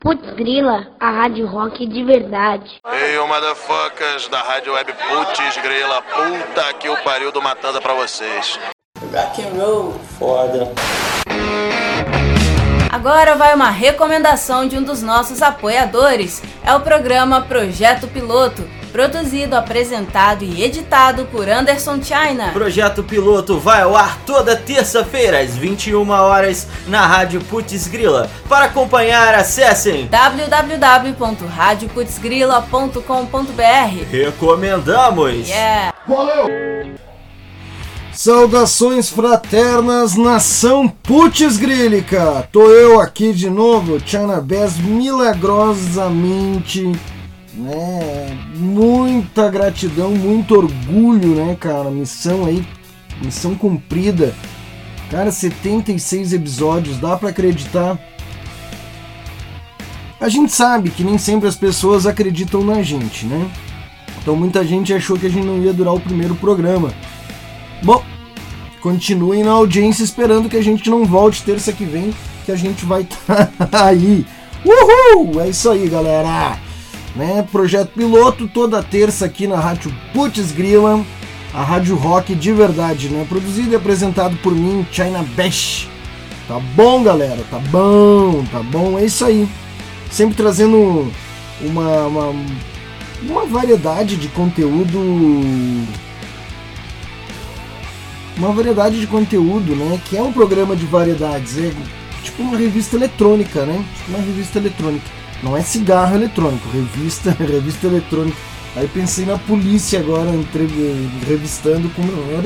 Putz Grila, a rádio rock de verdade. Ei, ô motherfuckers da rádio web Putz Grila, puta que o pariu do Matanza pra vocês. Rock and roll, foda. Agora vai uma recomendação de um dos nossos apoiadores. É o programa Projeto Piloto, produzido, apresentado e editado por Anderson China. O Projeto Piloto vai ao ar toda terça-feira às 21 horas na Rádio Putz Grila. Para acompanhar, acessem www.radioputzgrila.com.br. Recomendamos! Yeah! Valeu! Saudações fraternas, nação Putz Grílica! Tô eu aqui de novo, China Bass, milagrosamente, né? Muita gratidão, muito orgulho, né, cara? Missão cumprida. Cara, 76 episódios, dá pra acreditar? A gente sabe que nem sempre as pessoas acreditam na gente, né? Então muita gente achou que a gente não ia durar o primeiro programa. Bom, continuem na audiência esperando que a gente não volte terça que vem, que a gente vai estar aí. Uhul! É isso aí, galera! Né? Projeto Piloto, toda terça aqui na Rádio Putz Grila, a rádio rock de verdade, né? Produzido e apresentado por mim, China Bass. Tá bom, galera? Tá bom, é isso aí. Sempre trazendo uma variedade de conteúdo... Uma variedade de conteúdo, né? Que é um programa de variedades, é tipo uma revista eletrônica, né? Tipo uma revista eletrônica. Não é cigarro eletrônico, revista eletrônica. Aí pensei na polícia agora, revistando com...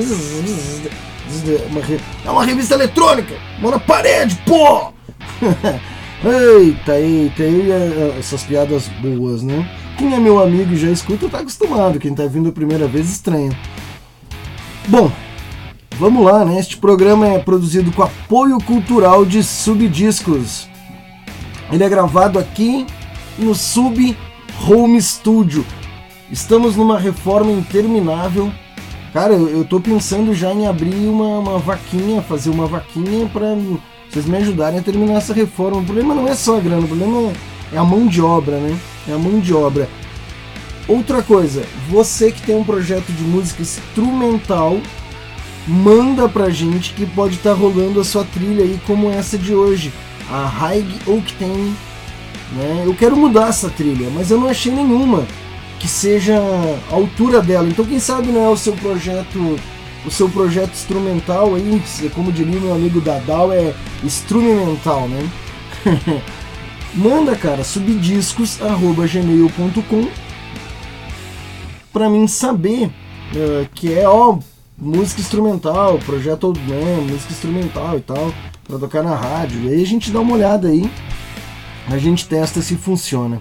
É uma revista eletrônica! Mão na parede, pô! Eita, e essas piadas boas, né? Quem é meu amigo e já escuta tá acostumado, quem tá vindo a primeira vez estranha. Bom... Vamos lá, né? Este programa é produzido com apoio cultural de Subdiscos. Ele é gravado aqui no Sub Home Studio. Estamos numa reforma interminável. Cara, eu tô pensando já em abrir uma vaquinha, fazer uma vaquinha para vocês me ajudarem a terminar essa reforma. O problema não é só a grana, o problema é a mão de obra, né? É a mão de obra. Outra coisa, você que tem um projeto de música instrumental, manda pra gente que pode estar rolando a sua trilha aí, como essa de hoje, a High Octane, né? Eu quero mudar essa trilha, mas eu não achei nenhuma que seja a altura dela. Então quem sabe não é o seu projeto instrumental aí, como diria meu amigo Dadal, é instrumental, né? Manda, cara, subdiscos@gmail.com pra mim saber que é, música instrumental, projeto, né, música instrumental e tal, pra tocar na rádio. E aí a gente dá uma olhada aí, a gente testa se funciona.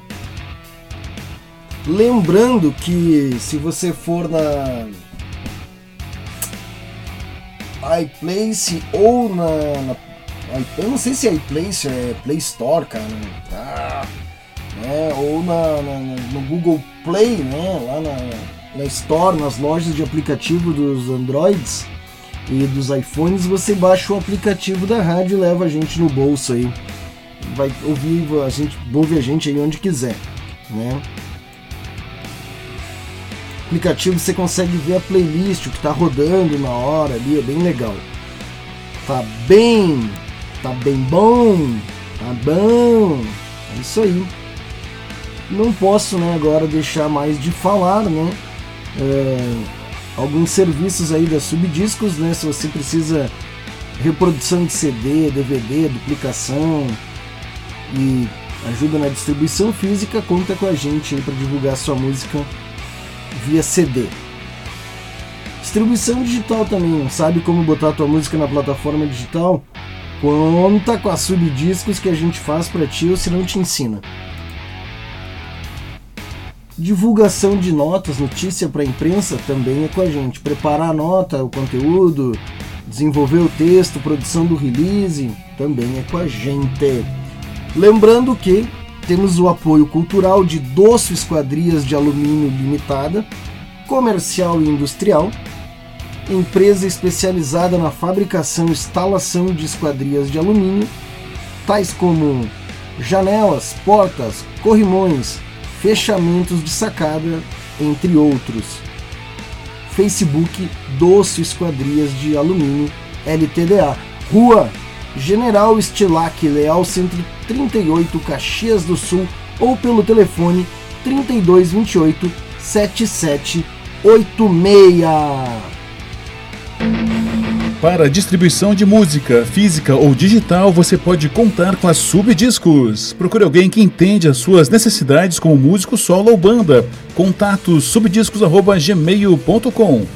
Lembrando que se você for na iPlace ou eu não sei se é iPlace, é Play Store, cara, ou no Google Play, né, lá na Store, nas lojas de aplicativo dos Androids e dos iPhones, você baixa o aplicativo da rádio e leva a gente no bolso aí. Vai ouvir ouve a gente aí onde quiser, né? Aplicativo você consegue ver a playlist, o que tá rodando na hora ali, é bem legal. Tá bem bom, é isso aí. Não posso, né, agora deixar mais de falar, né? Alguns serviços aí da Subdiscos, né? Se você precisa reprodução de CD, DVD, duplicação e ajuda na distribuição física, conta com a gente aí para divulgar sua música via CD. Distribuição digital também, sabe como botar tua música na plataforma digital? Conta com a Subdiscos que a gente faz para ti, ou se não te ensina. Divulgação de notas, notícia para a imprensa também é com a gente. Preparar a nota, o conteúdo, desenvolver o texto, produção do release, também é com a gente. Lembrando que temos o apoio cultural de Doço Esquadrias de Alumínio Limitada, comercial e industrial, empresa especializada na fabricação e instalação de esquadrias de alumínio, tais como janelas, portas, corrimões, fechamentos de sacada, entre outros. Facebook Doce Esquadrias de Alumínio LTDA. Rua General Estilac Leal Centro 38, Caxias do Sul, ou pelo telefone 3228 7786. Para distribuição de música, física ou digital, você pode contar com a Subdiscos. Procure alguém que entende as suas necessidades como músico solo ou banda. Contato subdiscos@gmail.com.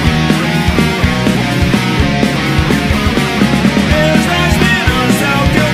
Deus da esperança é o que eu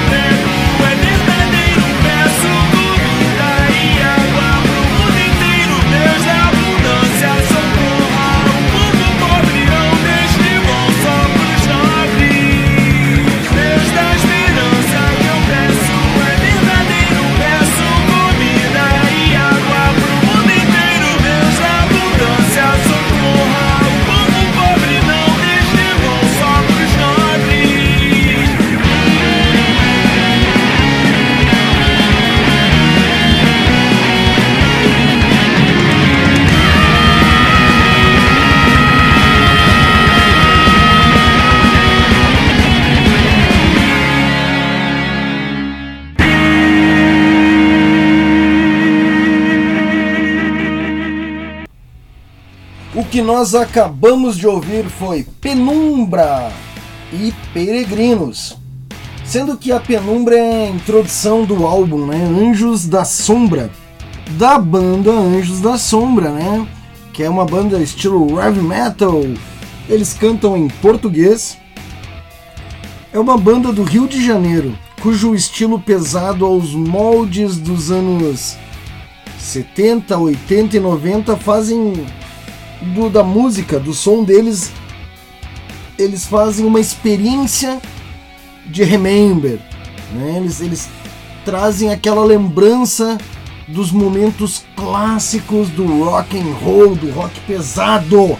que nós acabamos de ouvir foi Penumbra e Peregrinos. Sendo que a Penumbra é a introdução do álbum, né? Anjos da Sombra, da banda Anjos da Sombra, né? Que é uma banda estilo heavy metal. Eles cantam em português. É uma banda do Rio de Janeiro, cujo estilo pesado aos moldes dos anos 70, 80 e 90 fazem da música, do som deles, eles fazem uma experiência de remember, né? Eles trazem aquela lembrança dos momentos clássicos do rock and roll, do rock pesado.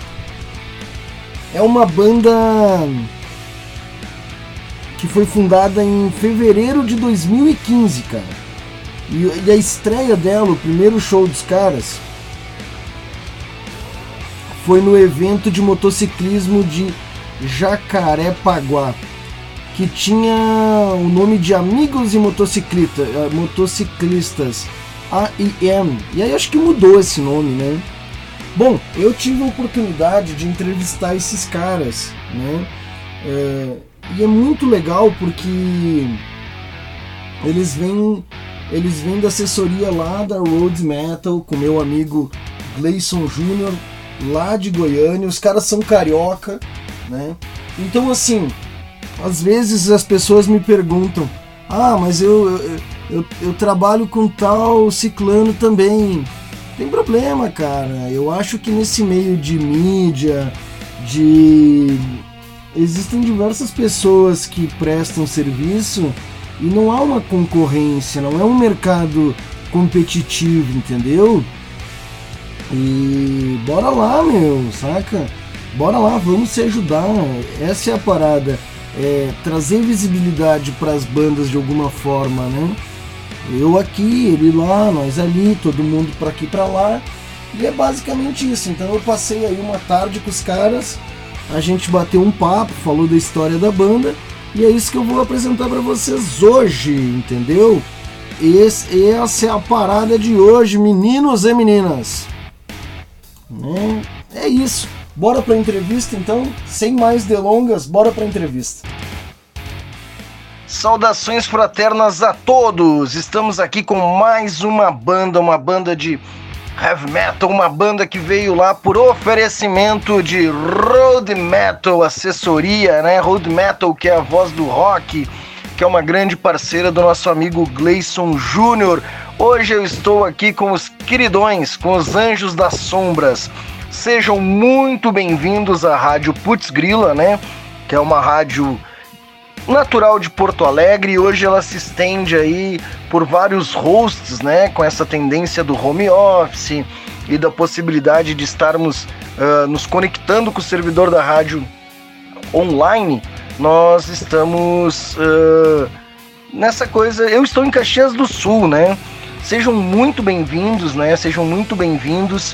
É uma banda que foi fundada em fevereiro de 2015, cara. E a estreia dela, o primeiro show dos caras, foi no evento de motociclismo de Jacarepaguá, que tinha o nome de Amigos e Motociclistas, AIM. E aí acho que mudou esse nome, né? Bom, eu tive a oportunidade de entrevistar esses caras, né? E é muito legal porque eles vêm da assessoria lá da Road Metal com meu amigo Gleison Júnior, lá de Goiânia. Os caras são carioca, né? Então assim, às vezes as pessoas me perguntam: mas eu trabalho com tal ciclano também. Tem problema, cara. Eu acho que nesse meio de mídia, existem diversas pessoas que prestam serviço e não há uma concorrência, não é um mercado competitivo, entendeu? E bora lá, meu, saca? Bora lá, vamos se ajudar. Essa é a parada. Trazer visibilidade para as bandas de alguma forma, né? Eu aqui, ele lá, nós ali, todo mundo para aqui e para lá. E é basicamente isso. Então eu passei aí uma tarde com os caras, a gente bateu um papo, falou da história da banda, e é isso que eu vou apresentar para vocês hoje, entendeu? Essa é a parada de hoje, meninos e meninas. É isso. Bora pra entrevista então? Sem mais delongas, bora pra entrevista. Saudações fraternas a todos! Estamos aqui com mais uma banda de heavy metal, uma banda que veio lá por oferecimento de Road Metal, assessoria, né? Road Metal, que é a voz do rock, que é uma grande parceira do nosso amigo Gleison Júnior. Hoje eu estou aqui com os queridões, com os Anjos das Sombras. Sejam muito bem-vindos à Rádio Putz Grila, né? Que é uma rádio natural de Porto Alegre, e hoje ela se estende aí por vários hosts, né? Com essa tendência do home office e da possibilidade de estarmos nos conectando com o servidor da rádio online. Nós estamos nessa coisa. Eu estou em Caxias do Sul, né? Sejam muito bem-vindos, né? Sejam muito bem-vindos.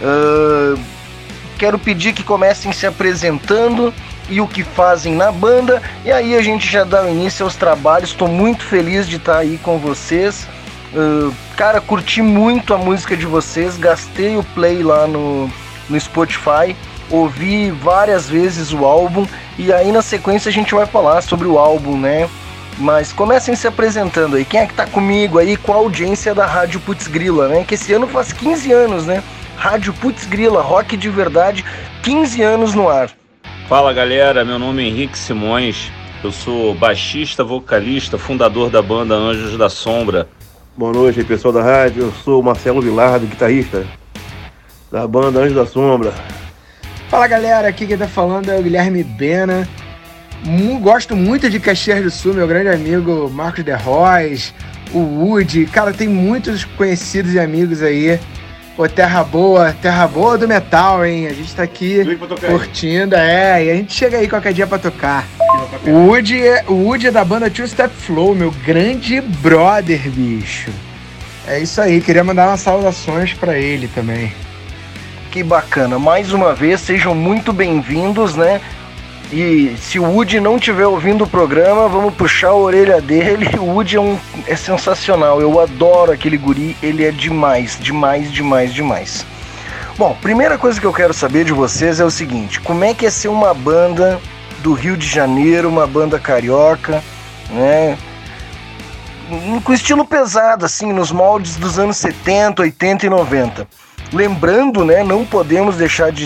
Quero pedir que comecem se apresentando e o que fazem na banda, e aí a gente já dá o início aos trabalhos. Estou muito feliz de estar aí com vocês. Cara, curti muito a música de vocês, gastei o play lá no Spotify, ouvi várias vezes o álbum, e aí na sequência a gente vai falar sobre o álbum, né? Mas comecem se apresentando aí. Quem é que tá comigo aí com a audiência da Rádio Putz Grila, né? Que esse ano faz 15 anos, né? Rádio Putz Grila, rock de verdade, 15 anos no ar. Fala galera, meu nome é Henrique Simões, eu sou baixista, vocalista, fundador da banda Anjos da Sombra. Boa noite aí pessoal da rádio, eu sou o Marcelo Vilardo, guitarrista da banda Anjos da Sombra. Fala galera, aqui quem tá falando é o Guilherme Bena. Gosto muito de Caxias do Sul, meu grande amigo Marcos de Rois, o Woody, cara, tem muitos conhecidos e amigos aí. Pô, terra boa do metal, hein? A gente tá aqui curtindo, e a gente chega aí qualquer dia pra tocar. O Woody é da banda Two Step Flow, meu grande brother, bicho. É isso aí, queria mandar umas saudações pra ele também. Que bacana, mais uma vez, sejam muito bem-vindos, né? E se o Woody não estiver ouvindo o programa, vamos puxar a orelha dele. O Woody é sensacional, eu adoro aquele guri, ele é demais. Bom, primeira coisa que eu quero saber de vocês é o seguinte: como é que é ser uma banda do Rio de Janeiro, uma banda carioca, né? Com estilo pesado, assim, nos moldes dos anos 70, 80 e 90. Lembrando, né, não podemos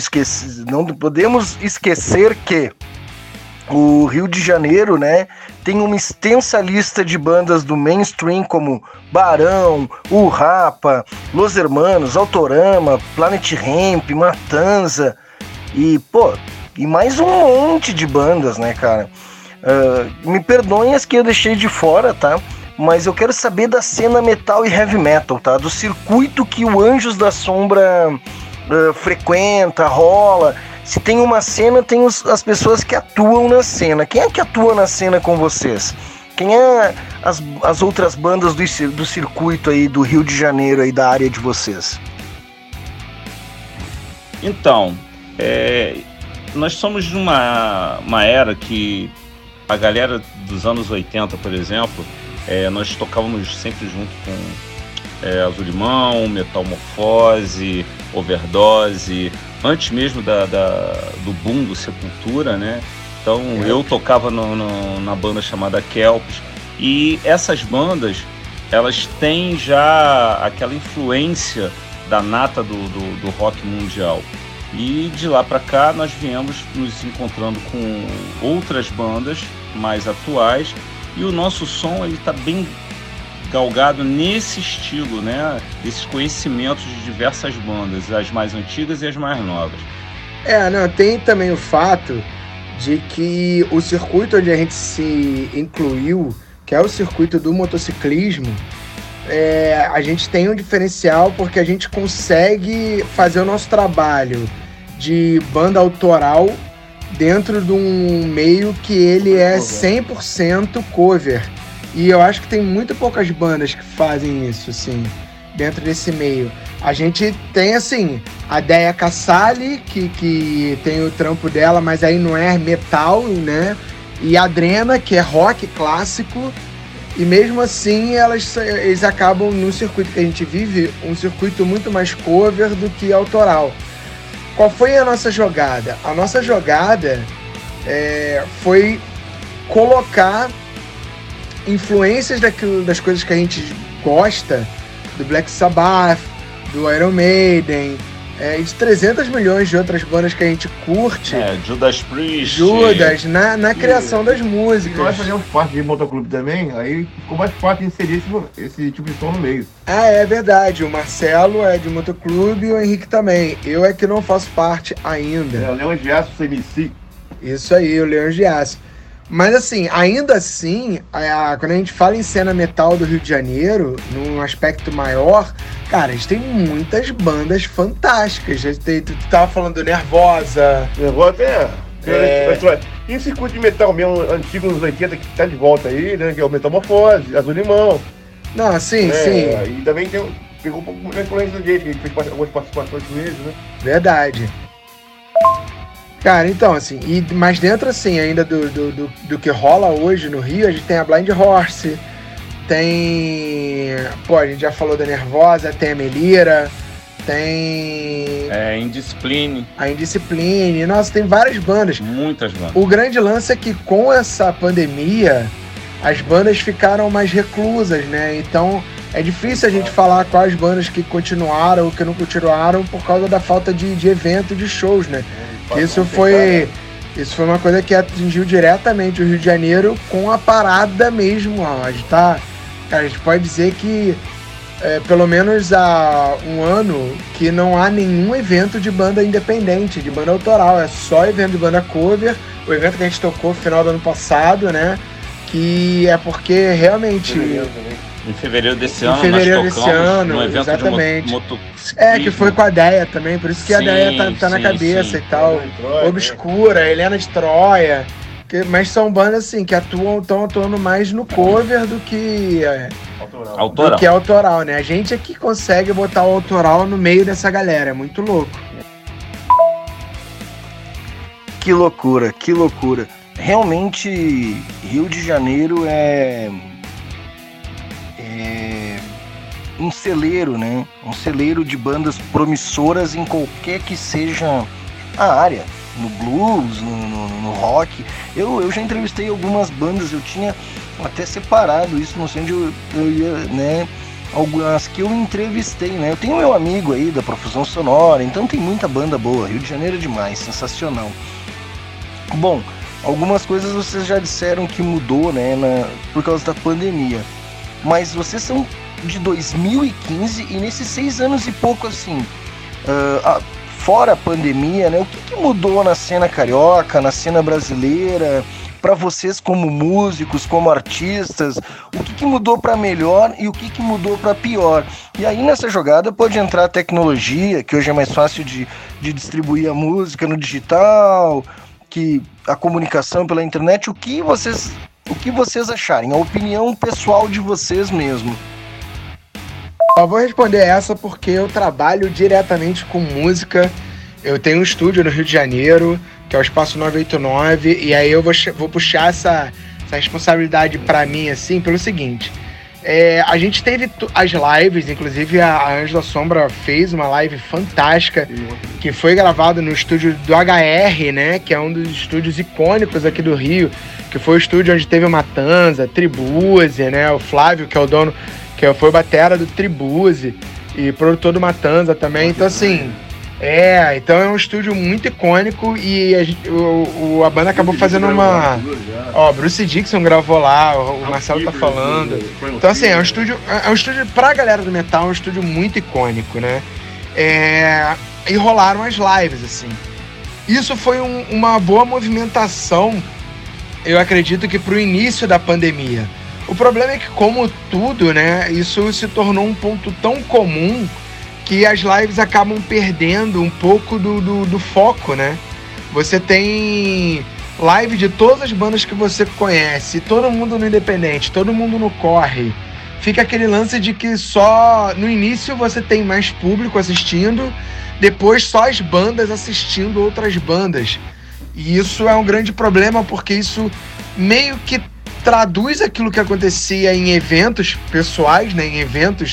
esquecer que o Rio de Janeiro, né, tem uma extensa lista de bandas do mainstream como Barão, O Rapa, Los Hermanos, Autorama, Planet Hemp, Matanza e mais um monte de bandas, né, cara? Me perdoem as que eu deixei de fora, tá? Mas eu quero saber da cena metal e heavy metal, tá? Do circuito que o Anjos da Sombra frequenta, rola. Se tem uma cena, tem as pessoas que atuam na cena. Quem é que atua na cena com vocês? Quem é as outras bandas do circuito aí do Rio de Janeiro, aí da área de vocês? Então, nós somos de uma era que a galera dos anos 80, por exemplo, nós tocávamos sempre junto com Azul Limão, Metamorfose, Overdose, antes mesmo do boom do Sepultura, né? Então eu tocava na banda chamada Kelps, e essas bandas, elas têm já aquela influência da nata do rock mundial. E de lá para cá nós viemos nos encontrando com outras bandas mais atuais, e o nosso som ele tá bem galgado nesse estilo, né? Desses conhecimentos de diversas bandas, as mais antigas e as mais novas. Tem também o fato de que o circuito onde a gente se incluiu, que é o circuito do motociclismo, a gente tem um diferencial porque a gente consegue fazer o nosso trabalho de banda autoral dentro de um meio que ele é 100% cover. E eu acho que tem muito poucas bandas que fazem isso, assim, dentro desse meio. A gente tem, assim, a Deia Casale, que tem o trampo dela, mas aí não é metal, né? E a Drena, que é rock clássico. E mesmo assim, eles acabam, no circuito que a gente vive, um circuito muito mais cover do que autoral. Qual foi a nossa jogada? A nossa jogada foi colocar influências das coisas que a gente gosta, do Black Sabbath, do Iron Maiden, de 300 milhões de outras bandas que a gente curte. Judas Priest. Na criação das músicas. E nós fazemos parte de motoclube também, aí ficou mais fácil de inserir esse tipo de som no meio. É verdade. O Marcelo é de motoclube e o Henrique também. Eu é que não faço parte ainda. O Leão de Aço, CMC. Isso aí, o Leão de Aço. Mas assim, ainda assim, quando a gente fala em cena metal do Rio de Janeiro, num aspecto maior, cara, a gente tem muitas bandas fantásticas. Tu tava falando do Nervosa. Nervosa E o circuito de metal mesmo, antigo nos 80, que tá de volta aí, né? Que é o Metamorfose, Azul Limão. Não, sim. E também pegou um pouco de influência do jeito, que a gente fez algumas participações com eles, né? Verdade. Cara, então, assim, mas dentro, assim, ainda do que rola hoje no Rio, a gente tem a Blind Horse, tem... a gente já falou da Nervosa, tem a Melira, tem... Indiscipline. A Indiscipline, nossa, tem várias bandas. Muitas bandas. O grande lance é que com essa pandemia, as bandas ficaram mais reclusas, né? Então, é difícil a gente falar quais bandas que continuaram ou que não continuaram por causa da falta de evento, de shows, né? Isso foi uma coisa que atingiu diretamente o Rio de Janeiro com a parada mesmo. A gente pode dizer que pelo menos há um ano que não há nenhum evento de banda independente, de banda autoral. É só evento de banda cover. O evento que a gente tocou no final do ano passado, né? Que é porque realmente... Em fevereiro desse ano, nós tocamos no evento exatamente. de motociclismo. Que foi com a Deia também, por isso que a Deia tá na cabeça e tal. Obscura, Helena de Troia. Mas são bandas assim que estão atuando mais no cover do que autoral. Do que autoral, né? A gente é que consegue botar o autoral no meio dessa galera, é muito louco. Que loucura. Realmente, Rio de Janeiro é um celeiro, né? Um celeiro de bandas promissoras em qualquer que seja a área. No blues, no rock. Eu já entrevistei algumas bandas, eu tinha até separado isso, não sei onde eu ia, né? Algumas que eu entrevistei, né? Eu tenho meu amigo aí da Profusão Sonora, então tem muita banda boa. Rio de Janeiro é demais, sensacional. Bom, algumas coisas vocês já disseram que mudou, né? Por causa da pandemia. Mas vocês são de 2015 e nesses 6 anos e pouco, assim, fora a pandemia, né? O que mudou na cena carioca, na cena brasileira, para vocês como músicos, como artistas? O que mudou para melhor e o que mudou para pior? E aí nessa jogada pode entrar a tecnologia, que hoje é mais fácil de distribuir a música no digital, que a comunicação pela internet. O que vocês acharem? A opinião pessoal de vocês mesmo. Eu vou responder essa porque eu trabalho diretamente com música. Eu tenho um estúdio no Rio de Janeiro, que é o Espaço 989, e aí eu vou puxar essa responsabilidade pra mim, assim, pelo seguinte. A gente teve as lives, inclusive a Ângela Sombra fez uma live fantástica, que foi gravada no estúdio do HR, né, que é um dos estúdios icônicos aqui do Rio, que foi o estúdio onde teve o Matanza, Tribuse, né, o Flávio, que é o dono, que foi batera do Tribuse e produtor do Matanza também. Então, assim, então é um estúdio muito icônico e a banda acabou fazendo uma... Bruce Dixon gravou lá, o Marcelo tá falando. Então, assim, é um estúdio pra galera do metal, é um estúdio muito icônico, né? E rolaram as lives, assim. Isso foi uma boa movimentação, eu acredito que pro início da pandemia. O problema é que, como tudo, né, isso se tornou um ponto tão comum que as lives acabam perdendo um pouco do foco, né? Você tem live de todas as bandas que você conhece, todo mundo no independente, todo mundo no corre. Fica aquele lance de que só no início você tem mais público assistindo, depois só as bandas assistindo outras bandas. E isso é um grande problema, porque isso meio que traduz aquilo que acontecia em eventos pessoais, né, em eventos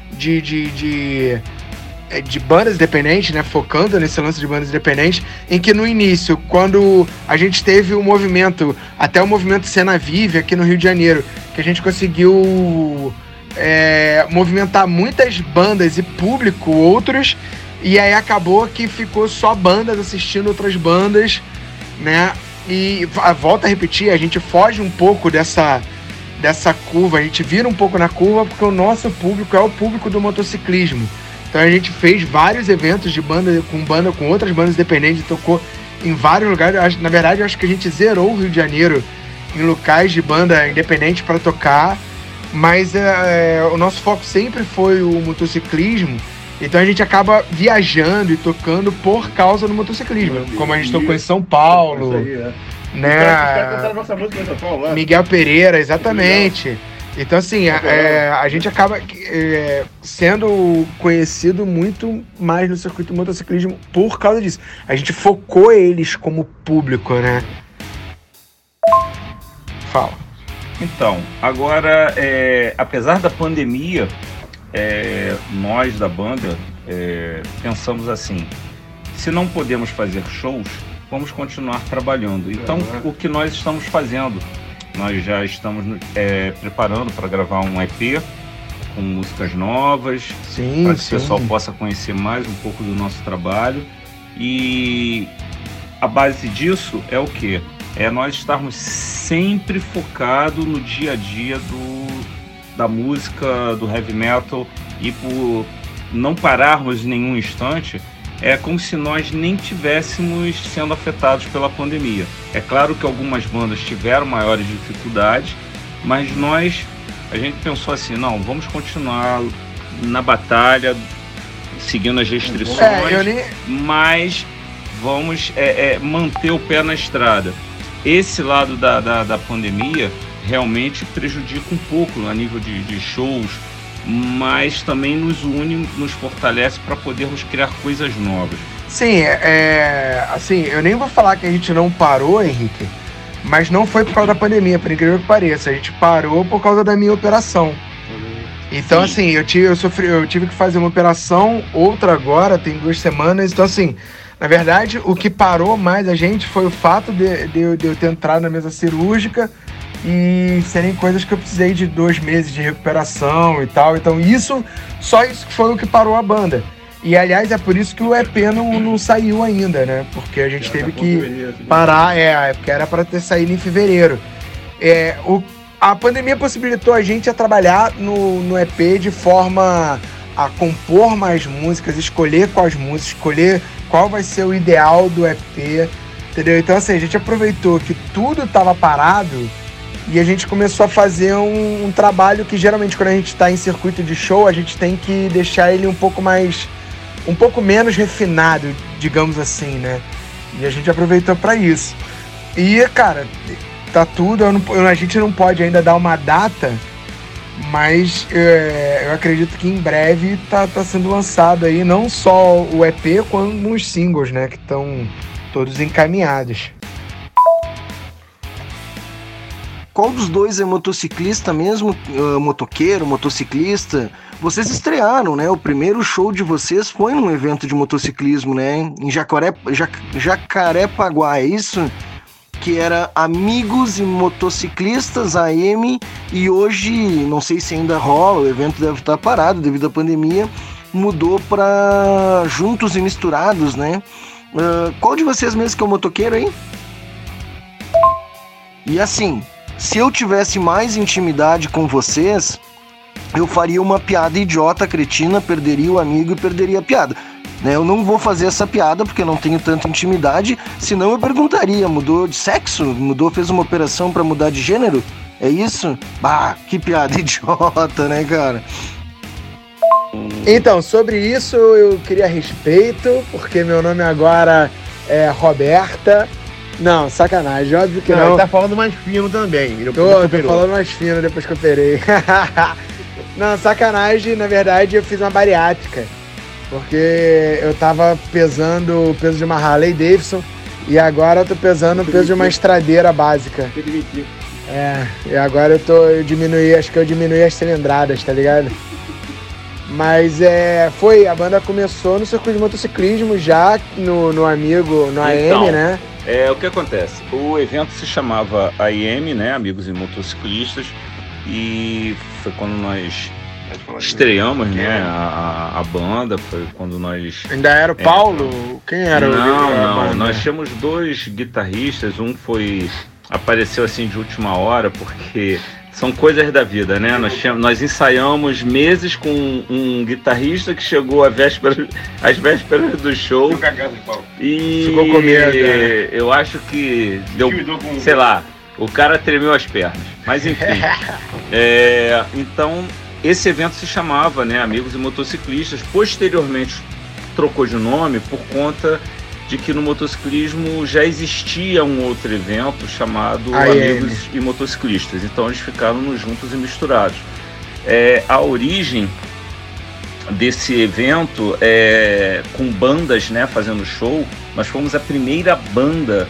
de bandas independentes, né, focando nesse lance de bandas independentes, em que no início, quando a gente teve o movimento, até o movimento Cena Vive aqui no Rio de Janeiro, que a gente conseguiu movimentar muitas bandas e público outros, e aí acabou que ficou só bandas assistindo outras bandas, né? E volta a repetir, a gente foge um pouco dessa curva, a gente vira um pouco na curva, porque o nosso público é o público do motociclismo. Então a gente fez vários eventos de banda com outras bandas independentes, tocou em vários lugares. Na verdade, eu acho que a gente zerou o Rio de Janeiro em locais de banda independente para tocar, mas o nosso foco sempre foi o motociclismo. Então a gente acaba viajando e tocando por causa do motociclismo. Como a gente tocou em São Paulo, né? Miguel Pereira, exatamente. Então, assim, a gente acaba sendo conhecido muito mais no circuito do motociclismo por causa disso. A gente focou eles como público, né? Fala. Então, agora, apesar da pandemia, nós da banda pensamos assim: se não podemos fazer shows, vamos continuar trabalhando. Então, o que nós estamos fazendo? Nós já estamos preparando para gravar um EP com músicas novas, para que o pessoal possa conhecer mais um pouco do nosso trabalho. E a base disso é o quê? Nós estarmos sempre focados no dia a dia da música, do heavy metal, e por não pararmos em nenhum instante, é como se nós nem tivéssemos sendo afetados pela pandemia. É claro que algumas bandas tiveram maiores dificuldades, mas a gente pensou assim, não, vamos continuar na batalha, seguindo as restrições, mas vamos manter o pé na estrada. Esse lado da pandemia realmente prejudica um pouco a nível de shows, mas também nos une, nos fortalece para podermos criar coisas novas. Sim, assim, eu nem vou falar que a gente não parou, Henrique, mas não foi por causa da pandemia, por incrível que pareça. A gente parou por causa da minha operação. Então, assim, eu tive que fazer uma operação, outra agora, tem 2 semanas. Então, assim, na verdade, o que parou mais a gente foi o fato de eu ter entrado na mesa cirúrgica e serem coisas que eu precisei de 2 meses de recuperação e tal. Então, só isso que foi o que parou a banda. E, aliás, é por isso que o EP não saiu ainda, né? Porque a gente teve que parar, porque era para ter saído em fevereiro. A pandemia possibilitou a gente a trabalhar no EP de forma a compor mais músicas, escolher quais músicas, escolher qual vai ser o ideal do EP, entendeu? Então, assim, a gente aproveitou que tudo estava parado e a gente começou a fazer um trabalho que, geralmente, quando a gente está em circuito de show, a gente tem que deixar ele um pouco menos refinado, digamos assim, né? E a gente aproveitou para isso. E, cara, tá tudo, a gente não pode ainda dar uma data, mas eu acredito que em breve tá sendo lançado aí não só o EP, quanto os singles, né, que estão todos encaminhados. Qual dos dois é motociclista mesmo? Motoqueiro, motociclista? Vocês estrearam, né? O primeiro show de vocês foi num evento de motociclismo, né? Em Jacarepaguá, é isso? Que era Amigos e Motociclistas AM, e hoje, não sei se ainda rola, o evento deve estar parado devido à pandemia, mudou para Juntos e Misturados, né? Qual de vocês mesmo que é o motoqueiro aí? E assim, se eu tivesse mais intimidade com vocês, eu faria uma piada idiota, cretina, perderia o amigo e perderia a piada. Eu não vou fazer essa piada porque eu não tenho tanta intimidade, senão eu perguntaria, mudou de sexo? Fez uma operação pra mudar de gênero? É isso? Bah, que piada idiota, né, cara? Então, sobre isso eu queria respeito, porque meu nome agora é Roberta. Não, sacanagem, óbvio que não. Ele tá falando mais fino também. Tô falando mais fino depois que eu operei. Não, sacanagem, na verdade eu fiz uma bariátrica. Porque eu tava pesando o peso de uma Harley Davidson e agora eu tô pesando o peso de uma estradeira básica. E agora eu diminuí as cilindradas, tá ligado? Mas a banda começou no circuito de motociclismo já no Amigo, no AM, né? O que acontece? O evento se chamava AM, né? Amigos e Motociclistas, e foi quando nós estreamos, né, a banda, foi quando nós... Ainda era o Paulo? Quem era? Não, nós tínhamos 2 guitarristas, apareceu assim de última hora, porque são coisas da vida, né, nós ensaiamos meses com um guitarrista que chegou às vésperas do show e ficou com medo, né? Eu acho que deu, sei lá, o cara tremeu as pernas, mas enfim, então... Esse evento se chamava, né, Amigos e Motociclistas. Posteriormente trocou de nome por conta de que no motociclismo já existia um outro evento chamado Amigos e Motociclistas. Então eles ficaram nos Juntos e Misturados. A origem desse evento com bandas, né, fazendo show. Nós fomos a primeira banda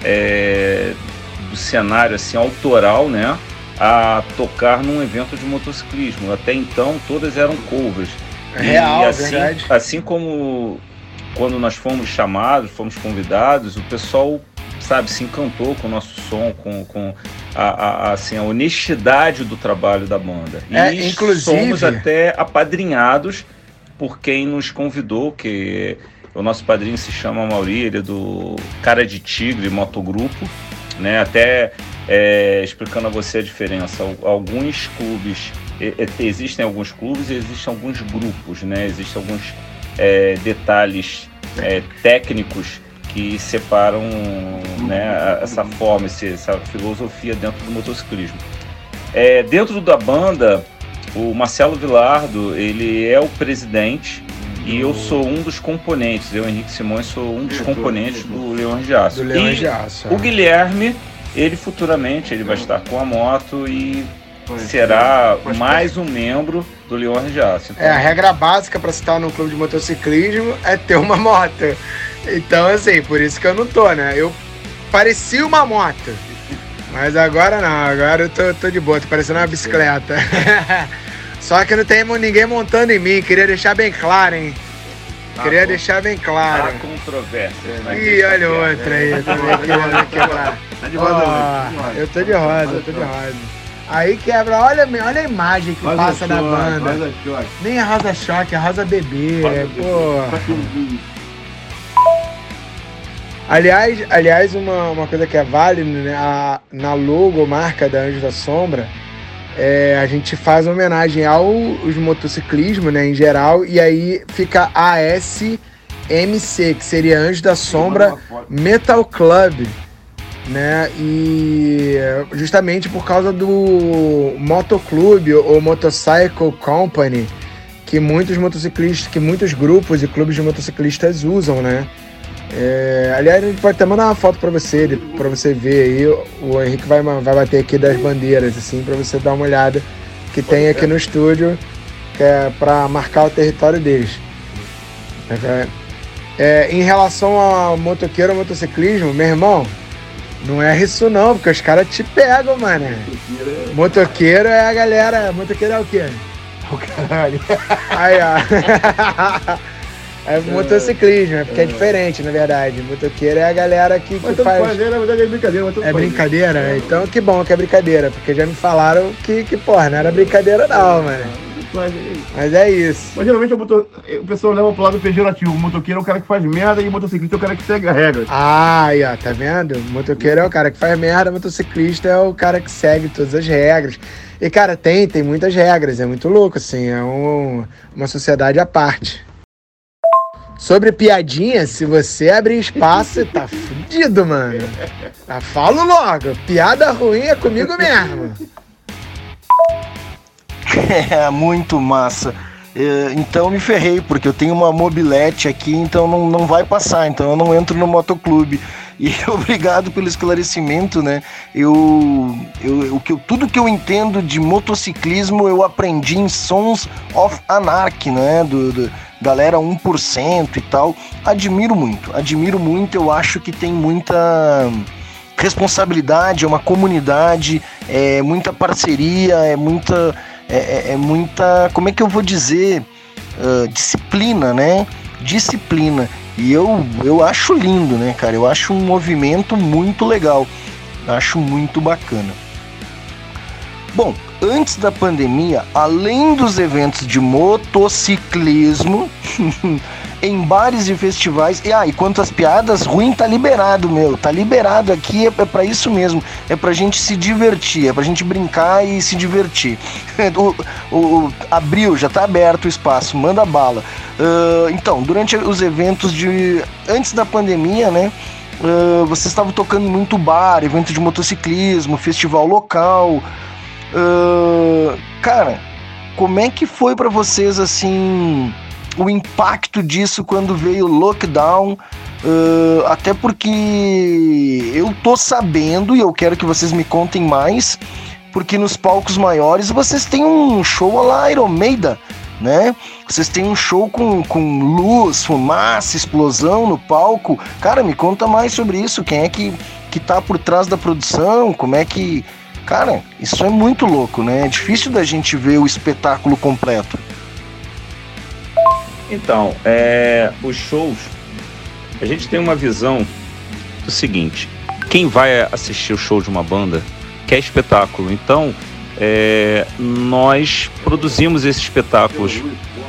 do cenário assim, autoral, né, a tocar num evento de motociclismo. Até então todas eram covers. Real, assim, verdade. Assim como quando nós fomos chamados, fomos convidados, o pessoal, sabe, se encantou com o nosso som, com a honestidade do trabalho da banda. E inclusive somos até apadrinhados por quem nos convidou, que o nosso padrinho se chama Mauri, ele é do Cara de Tigre Motogrupo, né? Até explicando a você a diferença, alguns clubes, existem alguns clubes e existem alguns grupos, né? Existem alguns detalhes técnicos que separam, né, essa forma, essa filosofia dentro do motociclismo. Dentro da banda, o Marcelo Vilardo, ele é o presidente e eu sou um dos componentes. Eu, Henrique Simões, sou um dos componentes do Leões de Aço. O Guilherme, ele futuramente ele vai estar com a moto e será mais um membro do Leões de Aço. Então, a regra básica para estar no clube de motociclismo é ter uma moto. Então, assim, por isso que eu não tô, né? Eu parecia uma moto, mas agora não, agora eu tô de boa, tô parecendo uma bicicleta. Só que não tem ninguém montando em mim, queria deixar bem claro, hein? Queria deixar bem claro. Há controvérsia. Ih, olha outra aí, também querendo quebrar. Tá de rosa hoje. Eu tô de rosa. Aí quebra, olha a imagem que passa da banda. Rosa choque. Nem é rosa choque, é rosa bebê, pô. Aliás, uma coisa que é válida, né? Na logo, marca da Anjos da Sombra, a gente faz uma homenagem aos motociclismo, né, em geral, e aí fica ASMC, que seria Anjos da Sombra Metal Club, né, e justamente por causa do motoclube ou Motorcycle Company, que muitos grupos e clubes de motociclistas usam, né. Aliás, a gente pode até mandar uma foto pra você ver aí. O Henrique vai bater aqui das bandeiras, assim, pra você dar uma olhada que tem aqui no estúdio, que é pra marcar o território deles. Em relação ao motoqueiro ou motociclismo, meu irmão, não é isso não, porque os caras te pegam, mano. Motoqueiro é a galera. Motoqueiro é o quê? O caralho. Aí, ó. É motociclismo, porque é diferente, na verdade. Motoqueiro é a galera que faz... Na verdade é brincadeira. É brincadeira? Então que bom que é brincadeira, porque já me falaram que porra, não era brincadeira não, mano. Mas é isso. Mas geralmente o pessoal leva pro lado pejorativo. O motoqueiro é o cara que faz merda e o motociclista é o cara que segue a regra. Ah, aí ó, tá vendo? O motoqueiro é o cara que faz merda, o motociclista é o cara que segue todas as regras. E cara, tem muitas regras, é muito louco, assim, é uma sociedade à parte. Sobre piadinha, se você abrir espaço, tá fudido, mano. Já falo logo, piada ruim é comigo mesmo. É, muito massa. Então me ferrei, porque eu tenho uma mobilete aqui, então não vai passar, então eu não entro no motoclube. E obrigado pelo esclarecimento, né? Tudo que eu entendo de motociclismo eu aprendi em Sons of Anarchy, né? Galera 1% e tal. Admiro muito, eu acho que tem muita responsabilidade, é uma comunidade, é muita parceria, é muita, como é que eu vou dizer, disciplina, né? Disciplina. E eu acho lindo, né, cara? Eu acho um movimento muito legal, acho muito bacana. Bom, antes da pandemia, além dos eventos de motociclismo, em bares e festivais, e quanto às piadas, ruim tá liberado, tá liberado aqui, é pra isso mesmo, é pra gente se divertir, é pra gente brincar e se divertir. Abril, já tá aberto o espaço, manda bala. Então, durante os eventos antes da pandemia, né, vocês estavam tocando em muito bar, evento de motociclismo, festival local. Cara, como é que foi pra vocês, assim, o impacto disso quando veio o lockdown? Até porque eu tô sabendo, e eu quero que vocês me contem mais, porque nos palcos maiores vocês têm um show à la Iron Maiden, né? Vocês têm um show com luz, fumaça, explosão no palco. Cara, me conta mais sobre isso. Quem é que tá por trás da produção? Como é que... Cara, isso é muito louco, né? É difícil da gente ver o espetáculo completo. Então, os shows, a gente tem uma visão do seguinte: quem vai assistir o show de uma banda quer espetáculo. Então, nós produzimos esses espetáculos.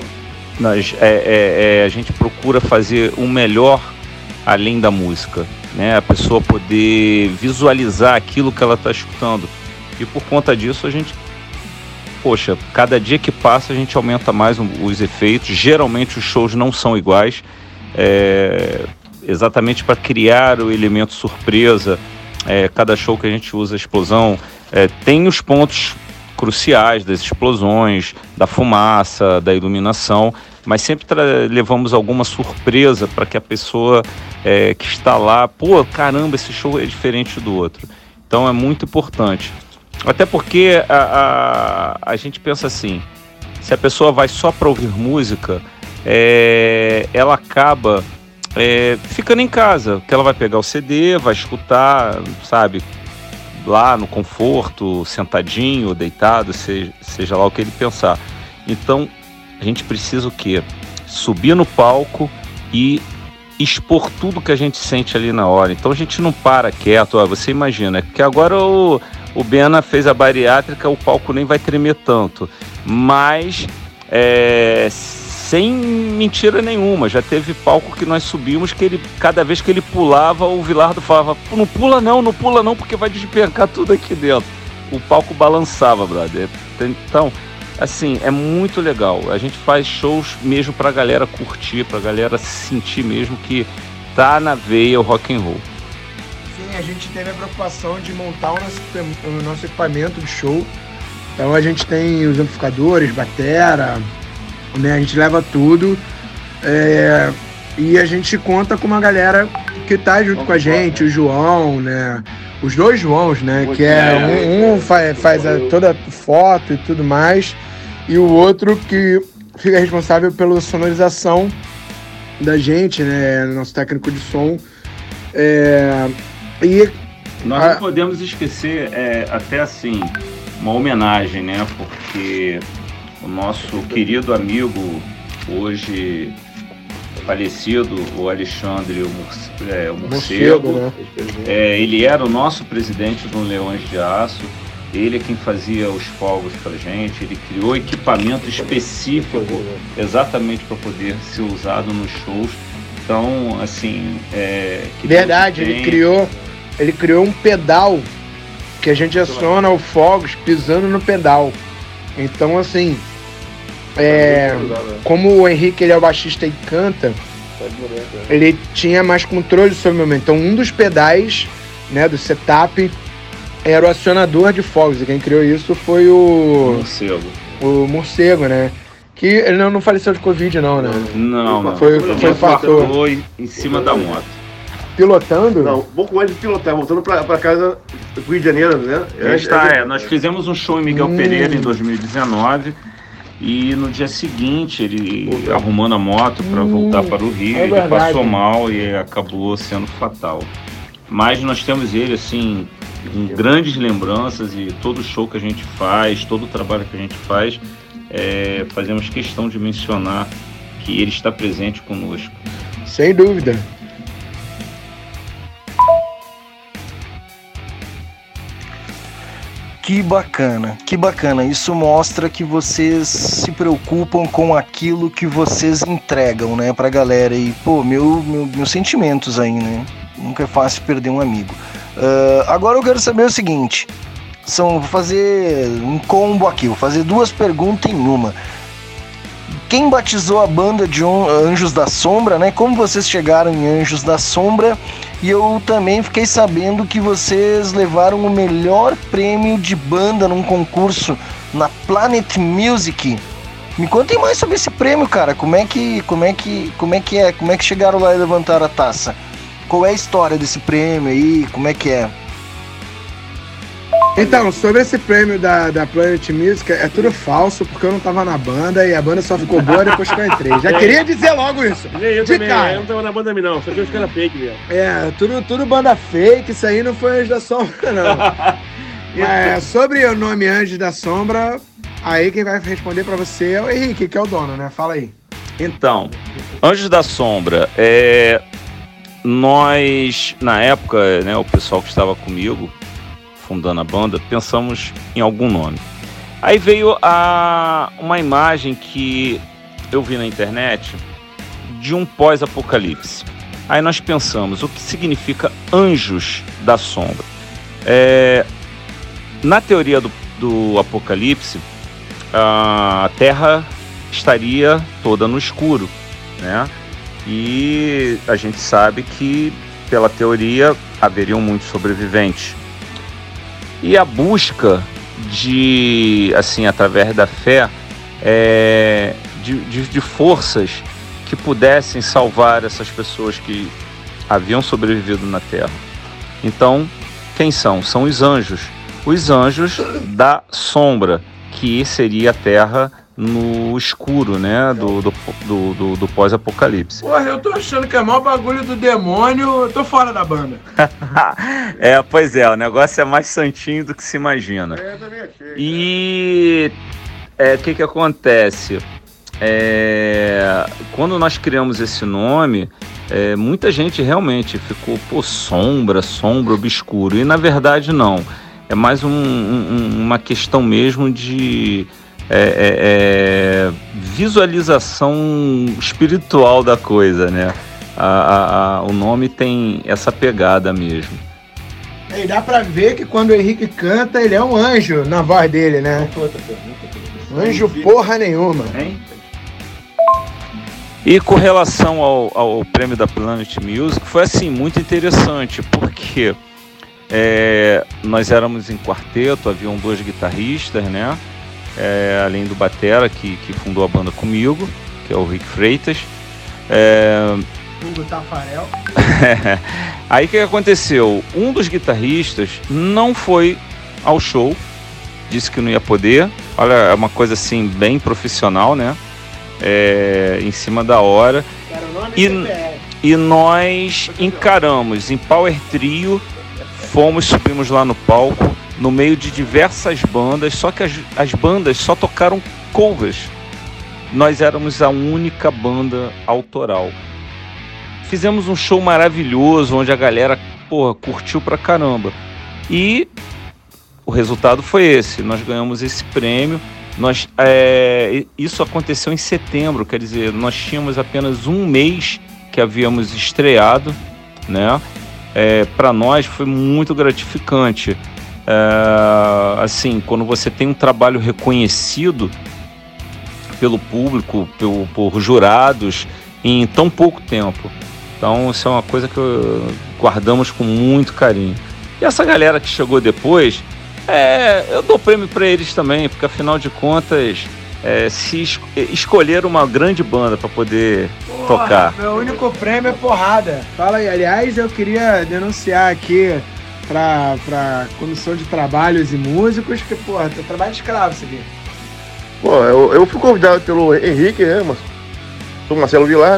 A gente procura fazer o melhor além da música, né? A pessoa poder visualizar aquilo que ela está escutando. E por conta disso, a gente... Poxa, cada dia que passa a gente aumenta mais os efeitos. Geralmente os shows não são iguais, exatamente para criar o elemento surpresa. Cada show que a gente usa a explosão tem os pontos cruciais das explosões, da fumaça, da iluminação, mas sempre levamos alguma surpresa para que a pessoa que está lá, pô, caramba, esse show é diferente do outro. Então é muito importante. Até porque a gente pensa assim, se a pessoa vai só para ouvir música, ela acaba ficando em casa, que ela vai pegar o CD, vai escutar, sabe, lá no conforto, sentadinho, deitado, seja lá o que ele pensar. Então, a gente precisa o quê? Subir no palco e expor tudo que a gente sente ali na hora. Então a gente não para quieto. Você imagina que agora o Bena fez a bariátrica, o palco nem vai tremer tanto, mas sem mentira nenhuma, já teve palco que nós subimos que cada vez que ele pulava, o Vilardo falava: não pula não, porque vai despencar tudo aqui dentro. O palco balançava, brother. Então, assim, é muito legal. A gente faz shows mesmo pra galera curtir, pra galera sentir mesmo que tá na veia o rock and roll. Sim, a gente teve a preocupação de montar o nosso equipamento de show. Então a gente tem os amplificadores, batera, né? A gente leva tudo. E a gente conta com uma galera que tá junto com a gente, o João, né? Os dois Joãos, né? Que faz toda a foto e tudo mais. E o outro que fica responsável pela sonorização da gente, né? Nosso técnico de som. Nós não podemos esquecer, até assim, uma homenagem, né? Porque o nosso querido amigo, hoje falecido, o Alexandre, o Morcego, né? Ele era o nosso presidente do Leões de Aço. Ele é quem fazia os fogos pra gente, ele criou equipamento específico exatamente para poder ser usado nos shows. Então, assim... Verdade, ele criou um pedal que a gente aciona o fogos pisando no pedal. Então, assim, como o Henrique ele é o baixista e canta, ele tinha mais controle sobre o momento. Então, um dos pedais, né, do setup era o acionador de fogos, e quem criou isso foi o Morcego, né? Que ele não faleceu de Covid, não, né? Não. Foi um fator. Em cima da moto. Pilotando? Não, um pouco antes de pilotar, voltando pra casa do Rio de Janeiro, né? Nós fizemos um show em Miguel Pereira em 2019, e no dia seguinte, ele arrumando a moto para voltar para o Rio, ele passou mal e acabou sendo fatal. Mas nós temos ele, assim, com grandes lembranças, e todo show que a gente faz, todo o trabalho que a gente faz, fazemos questão de mencionar que ele está presente conosco. Sem dúvida. Que bacana. Isso mostra que vocês se preocupam com aquilo que vocês entregam, né, pra galera. E, pô, meus sentimentos aí, né? Nunca é fácil perder um amigo. Agora eu quero saber o seguinte. Vou fazer um combo aqui, vou fazer duas perguntas em uma. Quem batizou a banda de Anjos da Sombra, né? Como vocês chegaram em Anjos da Sombra? E eu também fiquei sabendo que vocês levaram o melhor prêmio de banda num concurso na Planet Music. Me contem mais sobre esse prêmio, cara. Como é que chegaram lá e levantaram a taça? Qual é a história desse prêmio aí? Como é que é? Então, sobre esse prêmio da Planet Music, é tudo falso, porque eu não tava na banda e a banda só ficou boa depois que eu entrei. Já queria dizer logo isso. Eu também, eu não tava na banda não, só que os caras fake mesmo. Tudo banda fake, isso aí não foi Anjos da Sombra, não. Mas sobre o nome Anjos da Sombra, aí quem vai responder pra você é o Henrique, que é o dono, né? Fala aí. Então, Anjos da Sombra, nós, na época, né, o pessoal que estava comigo, fundando a banda, pensamos em algum nome. Aí veio uma imagem que eu vi na internet de um pós-apocalipse. Aí nós pensamos, o que significa Anjos da Sombra? Na teoria do apocalipse, a Terra estaria toda no escuro, né? E a gente sabe que, pela teoria, haveriam muitos sobreviventes. E a busca de, assim, através da fé, de forças que pudessem salvar essas pessoas que haviam sobrevivido na Terra. Então, quem são? São os anjos da sombra, que seria a Terra no escuro, né, do pós-apocalipse. Porra, eu tô achando que é maior bagulho do demônio, eu tô fora da banda. Pois é, o negócio é mais santinho do que se imagina. Eu também achei. E O que acontece? Quando nós criamos esse nome, muita gente realmente ficou, sombra, obscuro. E na verdade não. É mais uma questão mesmo de visualização espiritual da coisa, né? O nome tem essa pegada mesmo. E dá pra ver que quando o Henrique canta, ele é um anjo na voz dele, né? Anjo porra nenhuma. Hein? E com relação ao prêmio da Planet Music, foi assim, muito interessante, porque nós éramos em quarteto, haviam 2 guitarristas, né? Além do batera, que fundou a banda comigo, que é o Rick Freitas. Hugo Tafarel. Aí o que aconteceu? Um dos guitarristas não foi ao show, disse que não ia poder. Olha, é uma coisa assim, bem profissional, né? Em cima da hora. E nós encaramos em Power Trio, subimos lá no palco, no meio de diversas bandas, só que as bandas só tocaram covers. Nós éramos a única banda autoral. Fizemos um show maravilhoso, onde a galera, curtiu pra caramba. E o resultado foi esse, nós ganhamos esse prêmio. Isso aconteceu em setembro, quer dizer, nós tínhamos apenas um mês que havíamos estreado, né? Para nós foi muito gratificante. Assim, quando você tem um trabalho reconhecido pelo público, por jurados, em tão pouco tempo. Então isso é uma coisa que guardamos com muito carinho. E essa galera que chegou depois, eu dou prêmio para eles também, porque afinal de contas escolheram uma grande banda para poder tocar. Meu único prêmio é porrada. Fala aí, aliás, eu queria denunciar aqui pra Comissão de Trabalhos e Músicos que, teu trabalho é escravo isso aqui. Eu fui convidado pelo Henrique, né, mas sou Marcelo Vilar.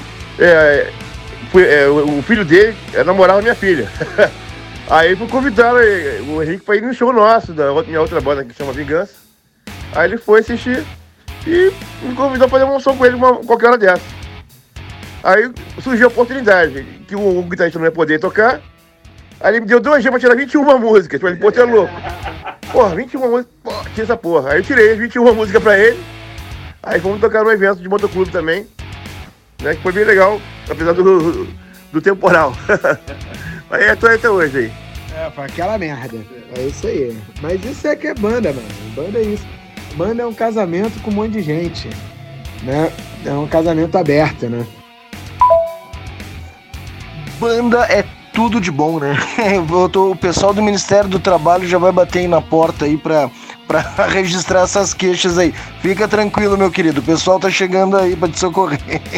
O filho dele namorava minha filha. Aí fui convidar o Henrique para ir no show nosso, da minha outra banda que chama Vingança. Aí ele foi assistir e me convidou para fazer um som com ele qualquer hora dessa. Aí surgiu a oportunidade, que o guitarrista não ia poder tocar. Aí ele me deu 2 dias para tirar 21 músicas. Eu falei, você é louco. 21 músicas, tira essa porra. Aí eu tirei as 21 músicas para ele. Aí fomos tocar no evento de motoclube também, né, que foi bem legal, apesar do temporal. Aí tô até hoje aí. Foi aquela merda. É isso aí. Mas isso é que é banda, mano. Banda é isso. Banda é um casamento com um monte de gente, né? É um casamento aberto, né? Banda é tudo de bom, né? O pessoal do Ministério do Trabalho já vai bater aí na porta aí pra registrar essas queixas aí. Fica tranquilo, meu querido. O pessoal tá chegando aí pra te socorrer.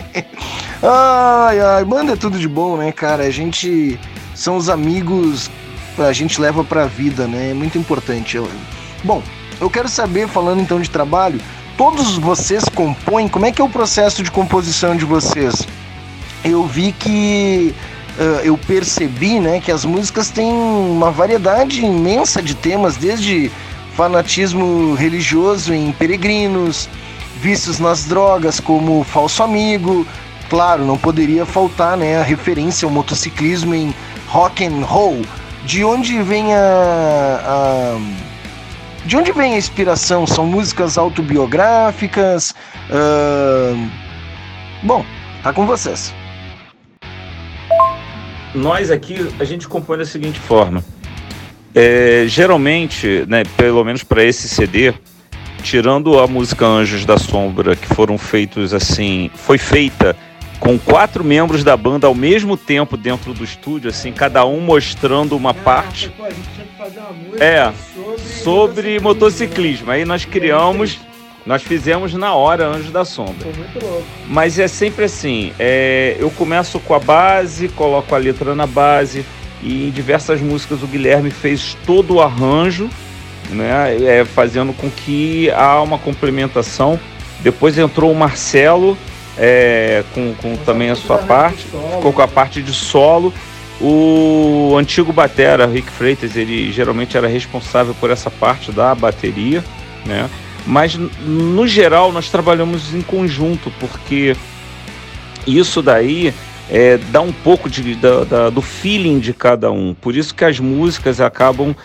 Ai, banda é tudo de bom, né, cara? A gente... São os amigos que a gente leva pra vida, né? É muito importante. Bom, eu quero saber, falando então de trabalho, todos vocês compõem? Como é que é o processo de composição de vocês? Eu vi que... eu percebi, né, que as músicas têm uma variedade imensa de temas, desde fanatismo religioso em Peregrinos, vícios nas drogas como Falso Amigo, claro, não poderia faltar, né, a referência ao motociclismo em Rock and Roll. De onde vem de onde vem a inspiração? São músicas autobiográficas? Bom, tá com vocês. Nós aqui, a gente compõe da seguinte forma. Geralmente, né, pelo menos para esse CD, tirando a música Anjos da Sombra, que foram feitos assim, foi feita com 4 membros da banda ao mesmo tempo dentro do estúdio, assim, cada um mostrando uma parte. Pô, a gente tinha que fazer uma música sobre motociclismo. Aí nós criamos, nós fizemos na hora Anjos da Sombra. Foi muito louco. Mas é sempre assim, eu começo com a base, coloco a letra na base, e em diversas músicas o Guilherme fez todo o arranjo, né, fazendo com que há uma complementação. Depois entrou o Marcelo, com também a sua parte, ficou com a parte de solo. O antigo batera, Rick Freitas, ele geralmente era responsável por essa parte da bateria, né? Mas, no geral, nós trabalhamos em conjunto, porque isso daí dá um pouco do feeling de cada um. Por isso que as músicas acabam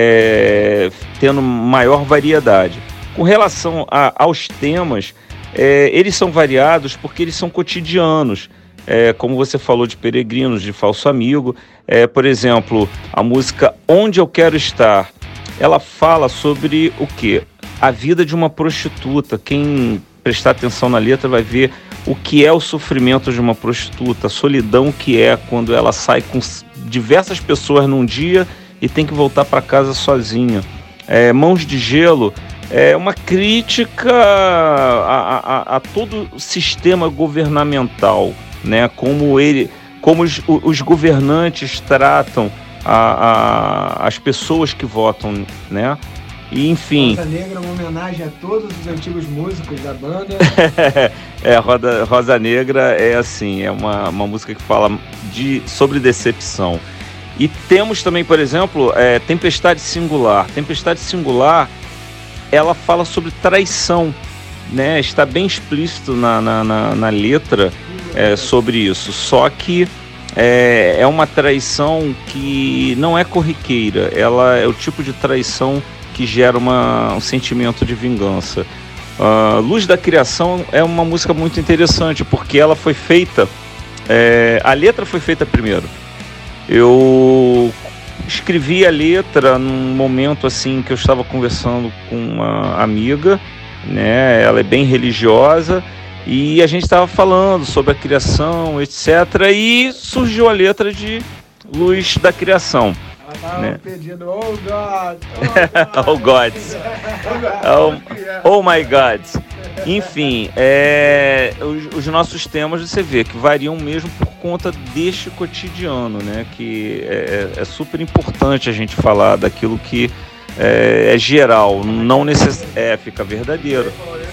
tendo maior variedade. Com relação aos temas, eles são variados porque eles são cotidianos. Como você falou de Peregrinos, de Falso Amigo. Por exemplo, a música Onde Eu Quero Estar, ela fala sobre o quê? A vida de uma prostituta. Quem prestar atenção na letra vai ver o que é o sofrimento de uma prostituta, a solidão que é quando ela sai com diversas pessoas num dia e tem que voltar para casa sozinha. Mãos de Gelo é uma crítica a todo o sistema governamental, né? Como os governantes tratam as pessoas que votam, né? E, enfim. Rosa Negra é uma homenagem a todos os antigos músicos da banda. Rosa Negra é assim, é uma música que fala sobre decepção. E temos também, por exemplo, Tempestade Singular. Tempestade Singular, ela fala sobre traição, né? Está bem explícito na letra sobre isso. Só que é uma traição que não é corriqueira. Ela é o tipo de traição que gera um sentimento de vingança. Luz da Criação é uma música muito interessante, porque ela foi feita... a letra foi feita primeiro. Eu escrevi a letra num momento assim que eu estava conversando com uma amiga, né? Ela é bem religiosa, e a gente estava falando sobre a criação, etc. E surgiu a letra de Luz da Criação. Ela tava pedindo, oh God, oh gods, oh my God. Enfim, os nossos temas você vê que variam mesmo por conta deste cotidiano, né? Que é super importante a gente falar daquilo que é geral, não fica verdadeiro.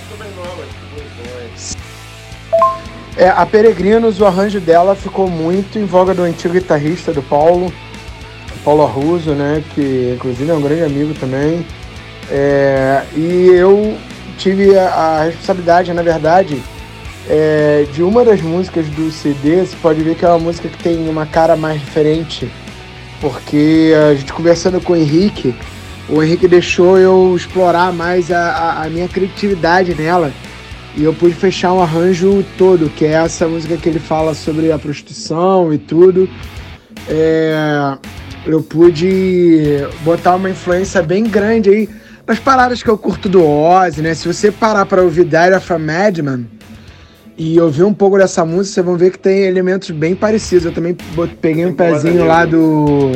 A Peregrinos, o arranjo dela ficou muito em voga do antigo guitarrista do Paulo Arruso, né? Que inclusive é um grande amigo também. E eu tive a responsabilidade, na verdade, de uma das músicas do CD. Você pode ver que é uma música que tem uma cara mais diferente, porque a gente conversando com o Henrique deixou eu explorar mais a minha criatividade nela, e eu pude fechar um arranjo todo, que é essa música que ele fala sobre a prostituição e tudo. Eu pude botar uma influência bem grande aí nas paradas que eu curto do Ozzy, né? Se você parar para ouvir Diary of a Madman e ouvir um pouco dessa música, vocês vão ver que tem elementos bem parecidos. Eu também peguei um pezinho lá do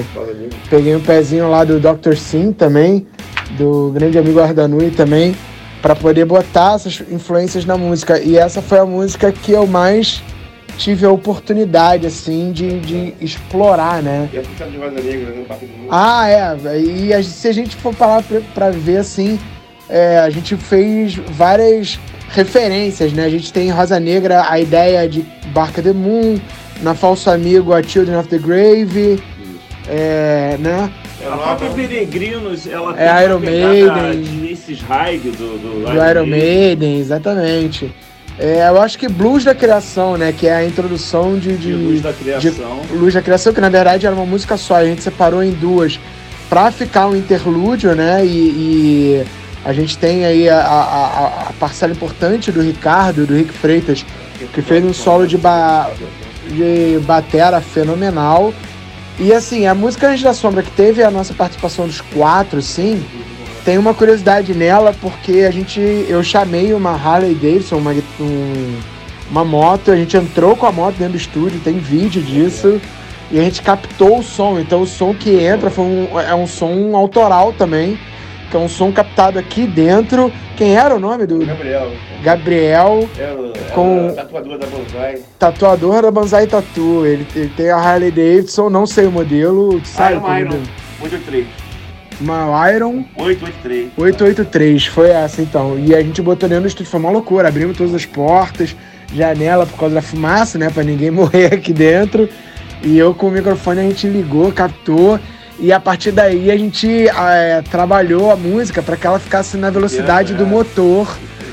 Dr. Sim também, do grande amigo Ardanui também, para poder botar essas influências na música. E essa foi a música que eu mais tive a oportunidade, assim, de explorar, né? E a puxada de Rosa Negra, né? E se a gente for parar pra ver, assim, a gente fez várias referências, né? A gente tem em Rosa Negra a ideia de Bark of the Moon, na Falso Amigo a Children of the Grave, né? A própria Peregrinos, ela tem Iron Maiden, esses raios do Iron Maiden, exatamente. Eu acho que Blues da Criação, né? Que é a introdução de Luz da Criação. Luz da Criação, que na verdade era uma música só, a gente separou em duas pra ficar um interlúdio, né? E a gente tem aí a parcela importante do Rick Freitas, que fez um solo de batera fenomenal. E assim, a música Anjos da Sombra, que teve a nossa participação dos quatro, sim, tem uma curiosidade nela, porque eu chamei uma Harley Davidson, uma moto, a gente entrou com a moto dentro do estúdio, tem vídeo disso, e a gente captou o som. Então o som que entra é um som autoral também, que é um som captado aqui dentro. Quem era o nome do... Gabriel. Com tatuador da Banzai. Tatuador da Banzai Tattoo. Ele tem a Harley Davidson, não sei o modelo. Iron 883. Uma Iron 883. 883, foi essa então. E a gente botou dentro do estúdio, foi uma loucura. Abrimos todas as portas, janela por causa da fumaça, né? Pra ninguém morrer aqui dentro. E eu com o microfone a gente ligou, captou. E a partir daí a gente trabalhou a música para que ela ficasse na velocidade do motor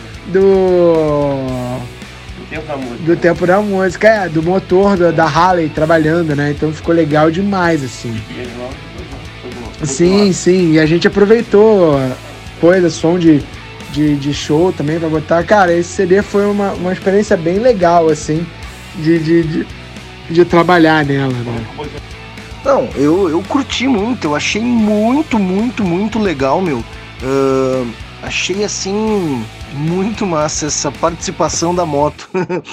do tempo da música, do motor da Harley trabalhando, né? Então ficou legal demais, assim. Sim, e a gente aproveitou som de show também pra botar. Cara, esse CD foi uma experiência bem legal, assim, de trabalhar nela, né? Não, eu curti muito, eu achei muito, muito, muito legal, meu. Achei, assim, muito massa essa participação da moto.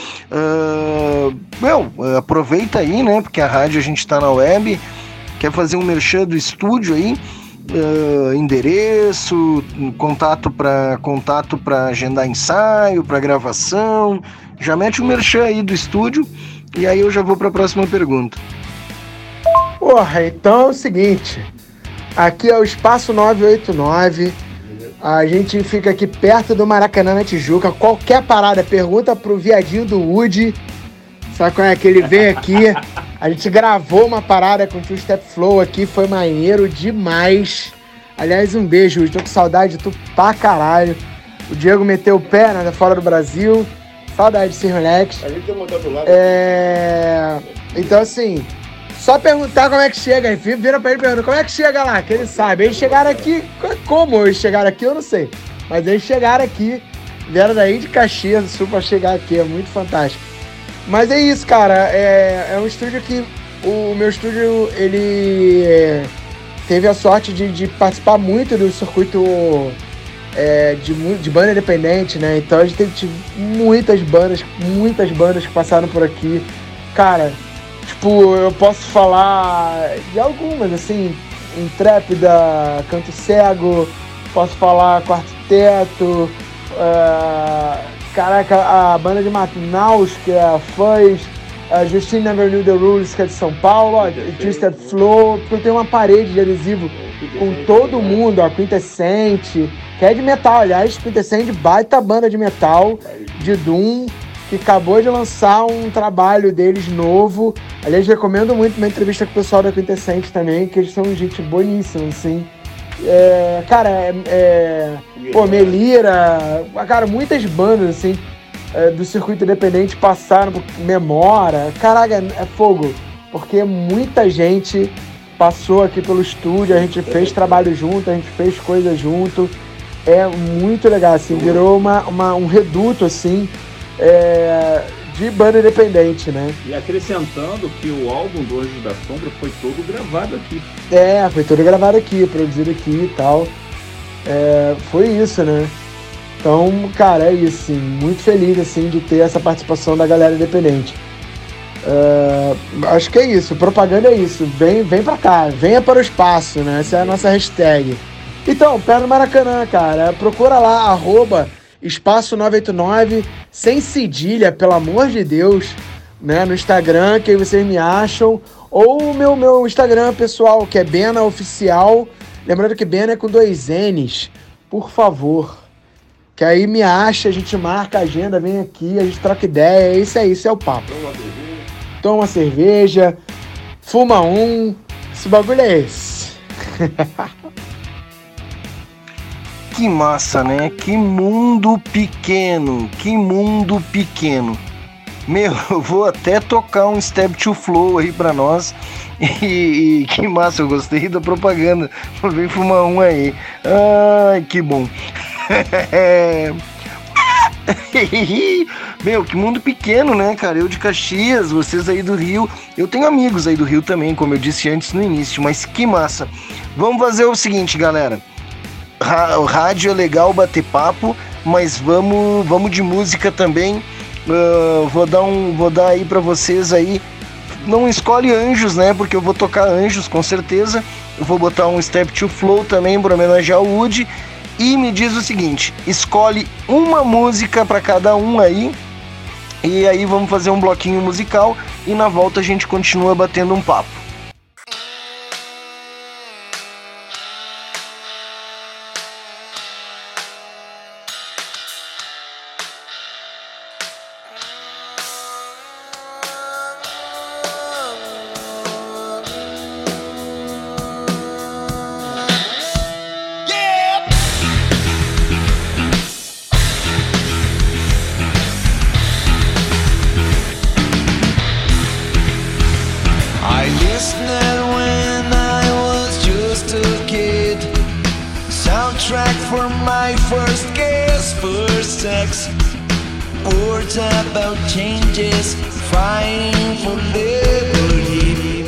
Aproveita aí, né, porque a rádio a gente tá na web, quer fazer um merchan do estúdio aí, endereço, contato para agendar ensaio, para gravação, já mete um merchan aí do estúdio e aí eu já vou para a próxima pergunta. Porra, então é o seguinte, aqui é o Espaço 989, a gente fica aqui perto do Maracanã, na Tijuca. Qualquer parada, pergunta pro viadinho do Woody, sabe qual é que ele vem aqui? A gente gravou uma parada com o Two Step Flow aqui, foi maneiro demais. Aliás, um beijo, Woody, tô com saudade de tu pra caralho. O Diego meteu o pé, né, fora do Brasil, saudade de ser moleque. A gente tem montado do lado. Então, assim, só perguntar como é que chega, vira pra ele e pergunta como é que chega lá, que ele sabe. Eles chegaram aqui, como eles chegaram aqui eu não sei, mas eles chegaram aqui, vieram daí de Caxias do Sul pra chegar aqui, é muito fantástico. Mas é isso, cara, é um estúdio que, o meu estúdio, ele teve a sorte de participar muito do circuito de banda independente, né, então a gente teve muitas bandas que passaram por aqui, cara. Tipo, eu posso falar de algumas, assim, Intrépida, Canto Cego, posso falar Quarto Teto, a banda de Manaus, que é a Fuzz, a Justine Never Knew the Rules, que é de São Paulo, a Twisted Flow, porque eu tenho uma parede de adesivo com todo mundo, a Quintessent, que é de metal, aliás, Quintessent, baita banda de metal, de Doom, que acabou de lançar um trabalho deles novo. Aliás, recomendo muito uma entrevista com o pessoal da Quintessent também, que eles são gente boníssima, assim. Melira, cara, muitas bandas, assim, do circuito independente passaram por Memora. Caraca, é fogo, porque muita gente passou aqui pelo estúdio, a gente fez trabalho junto, a gente fez coisa junto. É muito legal, assim, virou um reduto, assim, de banda independente, né? E acrescentando que o álbum do Anjos da Sombra foi todo gravado aqui. Foi todo gravado aqui, produzido aqui e tal. Foi isso, né? Então, cara, é isso, assim, muito feliz, assim, de ter essa participação da galera independente. Acho que é isso, propaganda é isso, vem pra cá, venha para o espaço, né? Essa é a nossa hashtag. Então, pé no Maracanã, cara, procura lá, Espaço 989, sem cedilha, pelo amor de Deus, né, no Instagram, que aí vocês me acham, ou o meu Instagram pessoal, que é Bena Oficial, lembrando que Bena é com 2 N's, por favor, que aí me acha, a gente marca a agenda, vem aqui, a gente troca ideia, isso é o papo. Toma uma cerveja, fuma esse bagulho é esse. Que massa, né? Que mundo pequeno, Meu, eu vou até tocar um Step to Flow aí pra nós. E que massa, eu gostei da propaganda. Vem fumar aí. Ai, que bom. Meu, que mundo pequeno, né, cara? Eu de Caxias, vocês aí do Rio. Eu tenho amigos aí do Rio também, como eu disse antes no início. Mas que massa. Vamos fazer o seguinte, galera. O rádio é legal bater papo, mas vamos de música também. Vou dar aí pra vocês aí. Não escolhe Anjos, né? Porque eu vou tocar Anjos com certeza. Eu vou botar um Step to Flow também para homenagear o Woody. E me diz o seguinte: escolhe uma música para cada um aí. E aí vamos fazer um bloquinho musical. E na volta a gente continua batendo um papo. speaks words about changes, fighting for liberty.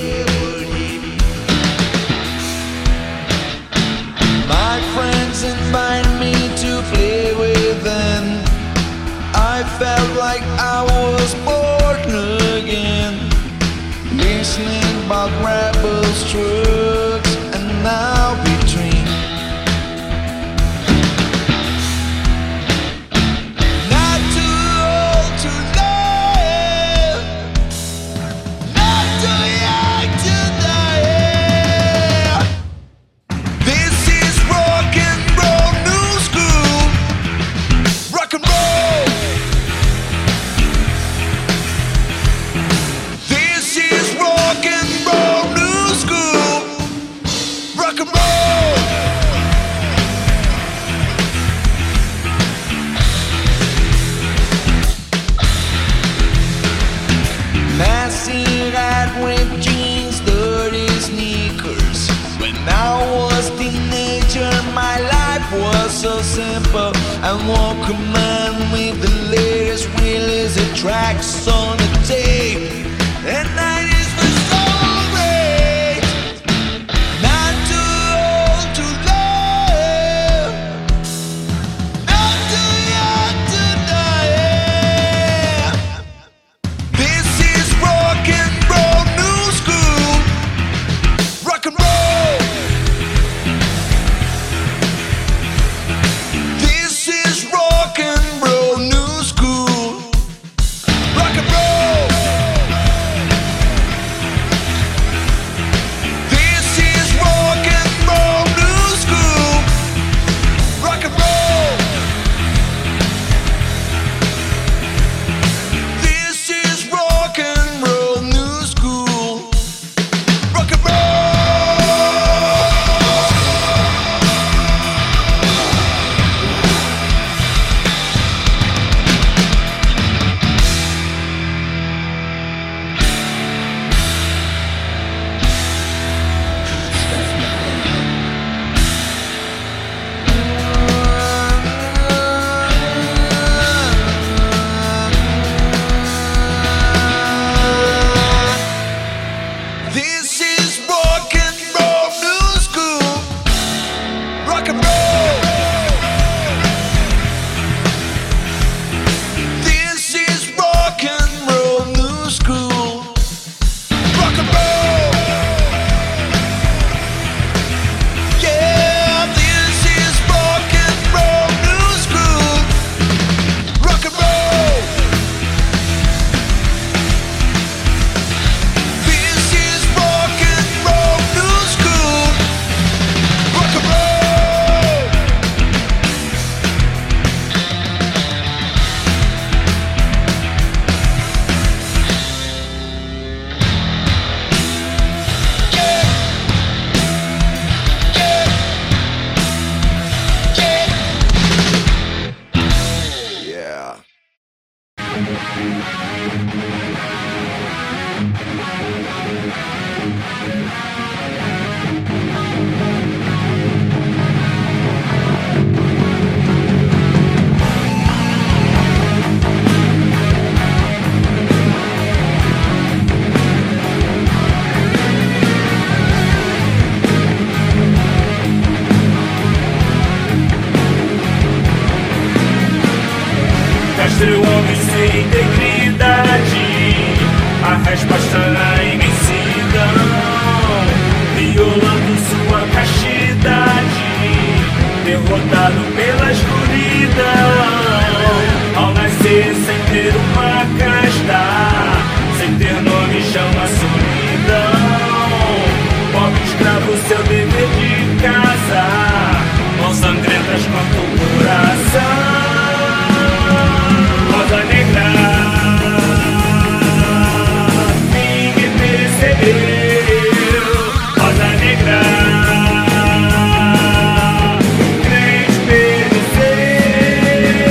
My friends invite me to play with them. I felt like I was born again, listening about rebels, trucks, and now between. Not too old to live, not too young to die. This is rock and roll, new school, rock and roll. This is rock and roll, new school, rock and roll. Massive hat, ripped jeans, dirty sneakers. When I was teenager, my life was so simple. I walk a man with the latest release of tracks on the tape, and 90s was so great. Not too old to love, not too young to die. This is rock and roll, new school, rock and roll. This is rock and roll, new school, rock and roll. This is rock and roll, new school, rock and roll. This is rock and roll, new school, rock and roll. This is rock and roll, new school, rock and roll. This is rock and roll, new school, rock and roll. Yeah, this is rock and roll, new school, rock and roll. This is rock and roll, new school, rock and roll. Yeah. Castre o homem sem integridade, a resposta na imensidão, violando sua castidade, derrotado pela escuridão. Ao nascer sem ter uma casta, sem ter nome chama solidão. Pobre escravo, seu dever de casa, mãos sangrentas quanto o coração. Rosa negra, ninguém percebeu. Rosa negra, crente pereceu.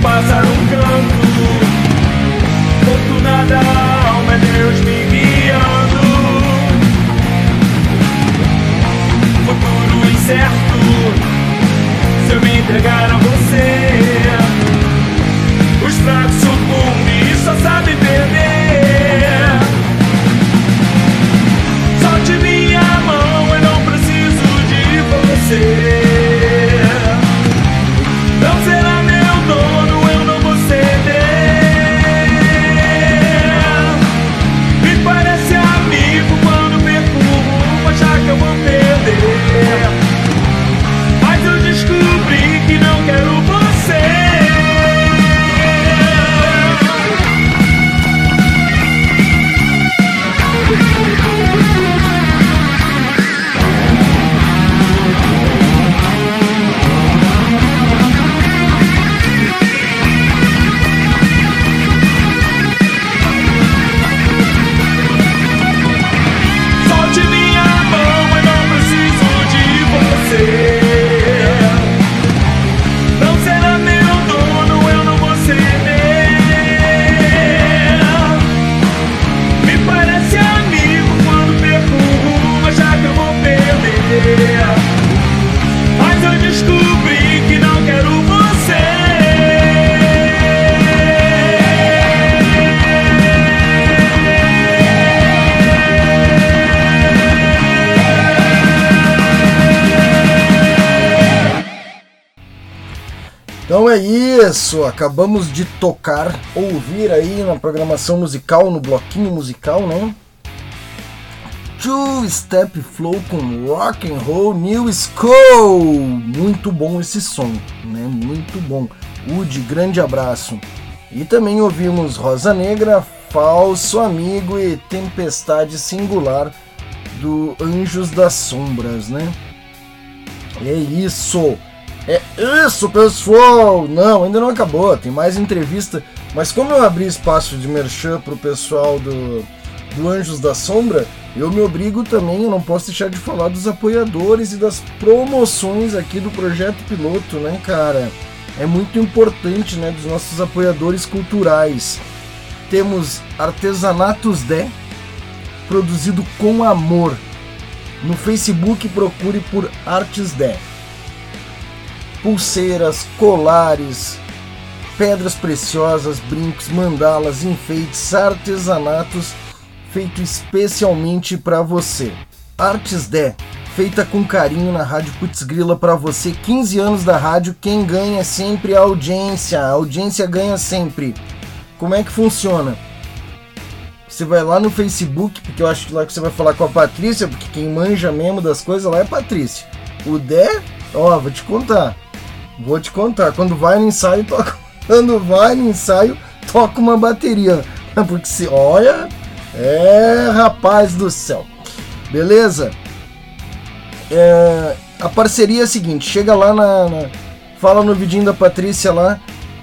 pássaro canto. Fortunada alma é Deus me guiando. Futuro incerto, se eu me entregar a você, os fracos sucumbem e só sabem perder. Solte minha mão, eu não preciso de você. Não será meu dono, eu não vou ceder. Me parece amigo quando perco o rumo, achar que eu vou perder. Mas eu descobri que não quero você. Não será meu dono, eu não vou ceder. Me parece amigo quando perco o rumo, achar que eu vou perder. Mas eu descobri que não quero você. Então é isso, acabamos de ouvir aí na programação musical, no bloquinho musical, né? Two Step Flow com Rock and Roll New School. Muito bom esse som, né? Muito bom. Woody, grande abraço. E também ouvimos Rosa Negra, Falso Amigo e Tempestade Singular do Anjos das Sombras, né? É isso. É isso, pessoal! Não, ainda não acabou, tem mais entrevista. Mas como eu abri espaço de merchan pro pessoal do Anjos da Sombra, eu me obrigo também, eu não posso deixar de falar dos apoiadores e das promoções aqui do Projeto Piloto, né, cara? É muito importante, né, dos nossos apoiadores culturais. Temos Artesanatos Dé, produzido com amor. No Facebook procure por Artes Dé. Pulseiras, colares, pedras preciosas, brincos, mandalas, enfeites, artesanatos feito especialmente para você. Artes Dé, feita com carinho na Rádio Putz Grila para você. 15 anos da rádio, quem ganha é sempre a audiência. A audiência ganha sempre. Como é que funciona? Você vai lá no Facebook, porque eu acho que lá que você vai falar com a Patrícia, porque quem manja mesmo das coisas lá é a Patrícia. O Dé, ó, vou te contar. Quando vai no ensaio, toca uma bateria. Porque se olha, rapaz do céu. Beleza? A parceria é a seguinte, chega lá fala no vidinho da Patrícia lá,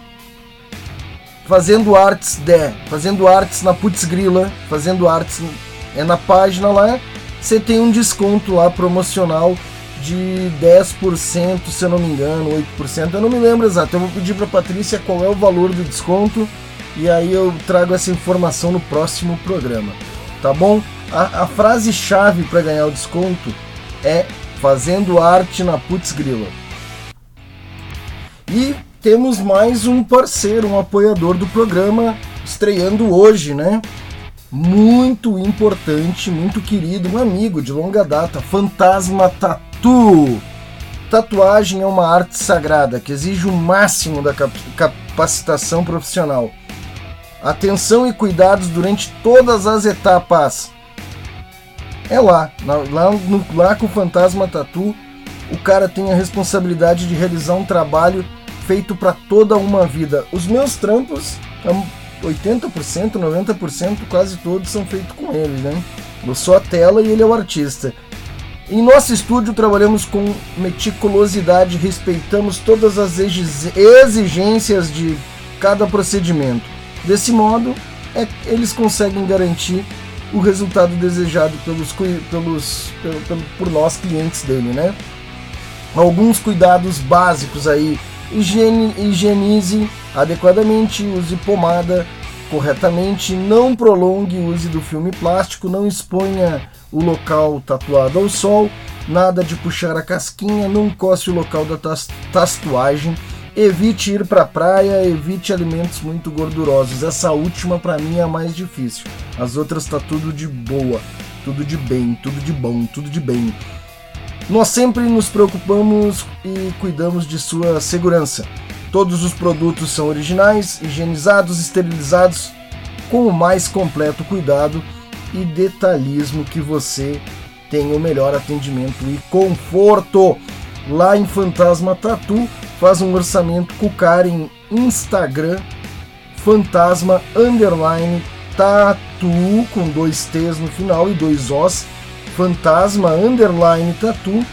Fazendo Artes Dé, Fazendo Artes na Putz Grila, Fazendo Artes na página lá, você tem um desconto lá promocional de 10%, se eu não me engano, 8%, eu não me lembro exato. Eu vou pedir para a Patrícia qual é o valor do desconto e aí eu trago essa informação no próximo programa, tá bom? A frase-chave para ganhar o desconto é Fazendo Arte na Putz Grila. E temos mais um parceiro, um apoiador do programa estreando hoje, né? Muito importante, muito querido, um amigo de longa data, Fantasma Tattoo. Tatuagem é uma arte sagrada que exige o máximo da capacitação profissional. Atenção e cuidados durante todas as etapas. É lá com o Fantasma Tattoo, o cara tem a responsabilidade de realizar um trabalho feito para toda uma vida. Os meus trampos, 80%, 90%, quase todos são feitos com ele, né? Eu sou a tela e ele é o artista. Em nosso estúdio trabalhamos com meticulosidade, respeitamos todas as exigências de cada procedimento. Desse modo, eles conseguem garantir o resultado desejado por nós clientes dele, né? Alguns cuidados básicos aí higienize adequadamente, use pomada corretamente, não prolongue o uso do filme plástico, não exponha o local tatuado ao sol, nada de puxar a casquinha, não coce o local da tatuagem, evite ir para a praia, evite alimentos muito gordurosos. Essa última para mim é a mais difícil, as outras tá tudo de boa, tudo de bem, tudo de bom, tudo de bem. Nós sempre nos preocupamos e cuidamos de sua segurança. Todos os produtos são originais, higienizados, esterilizados, com o mais completo cuidado e detalhismo que você tenha o melhor atendimento e conforto. Lá em Fantasma Tattoo, faz um orçamento com o cara em Instagram, Fantasma_Tattoo, com 2 T's no final e 2 O's, Fantasma_Tattoo,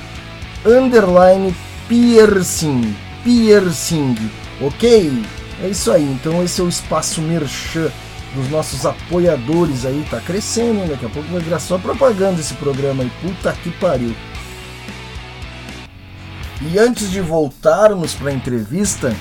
_piercing, ok? É isso aí, então esse é o espaço merchan dos nossos apoiadores aí, tá crescendo, hein? Daqui a pouco vai virar só propaganda esse programa aí, puta que pariu. E antes de voltarmos para a entrevista,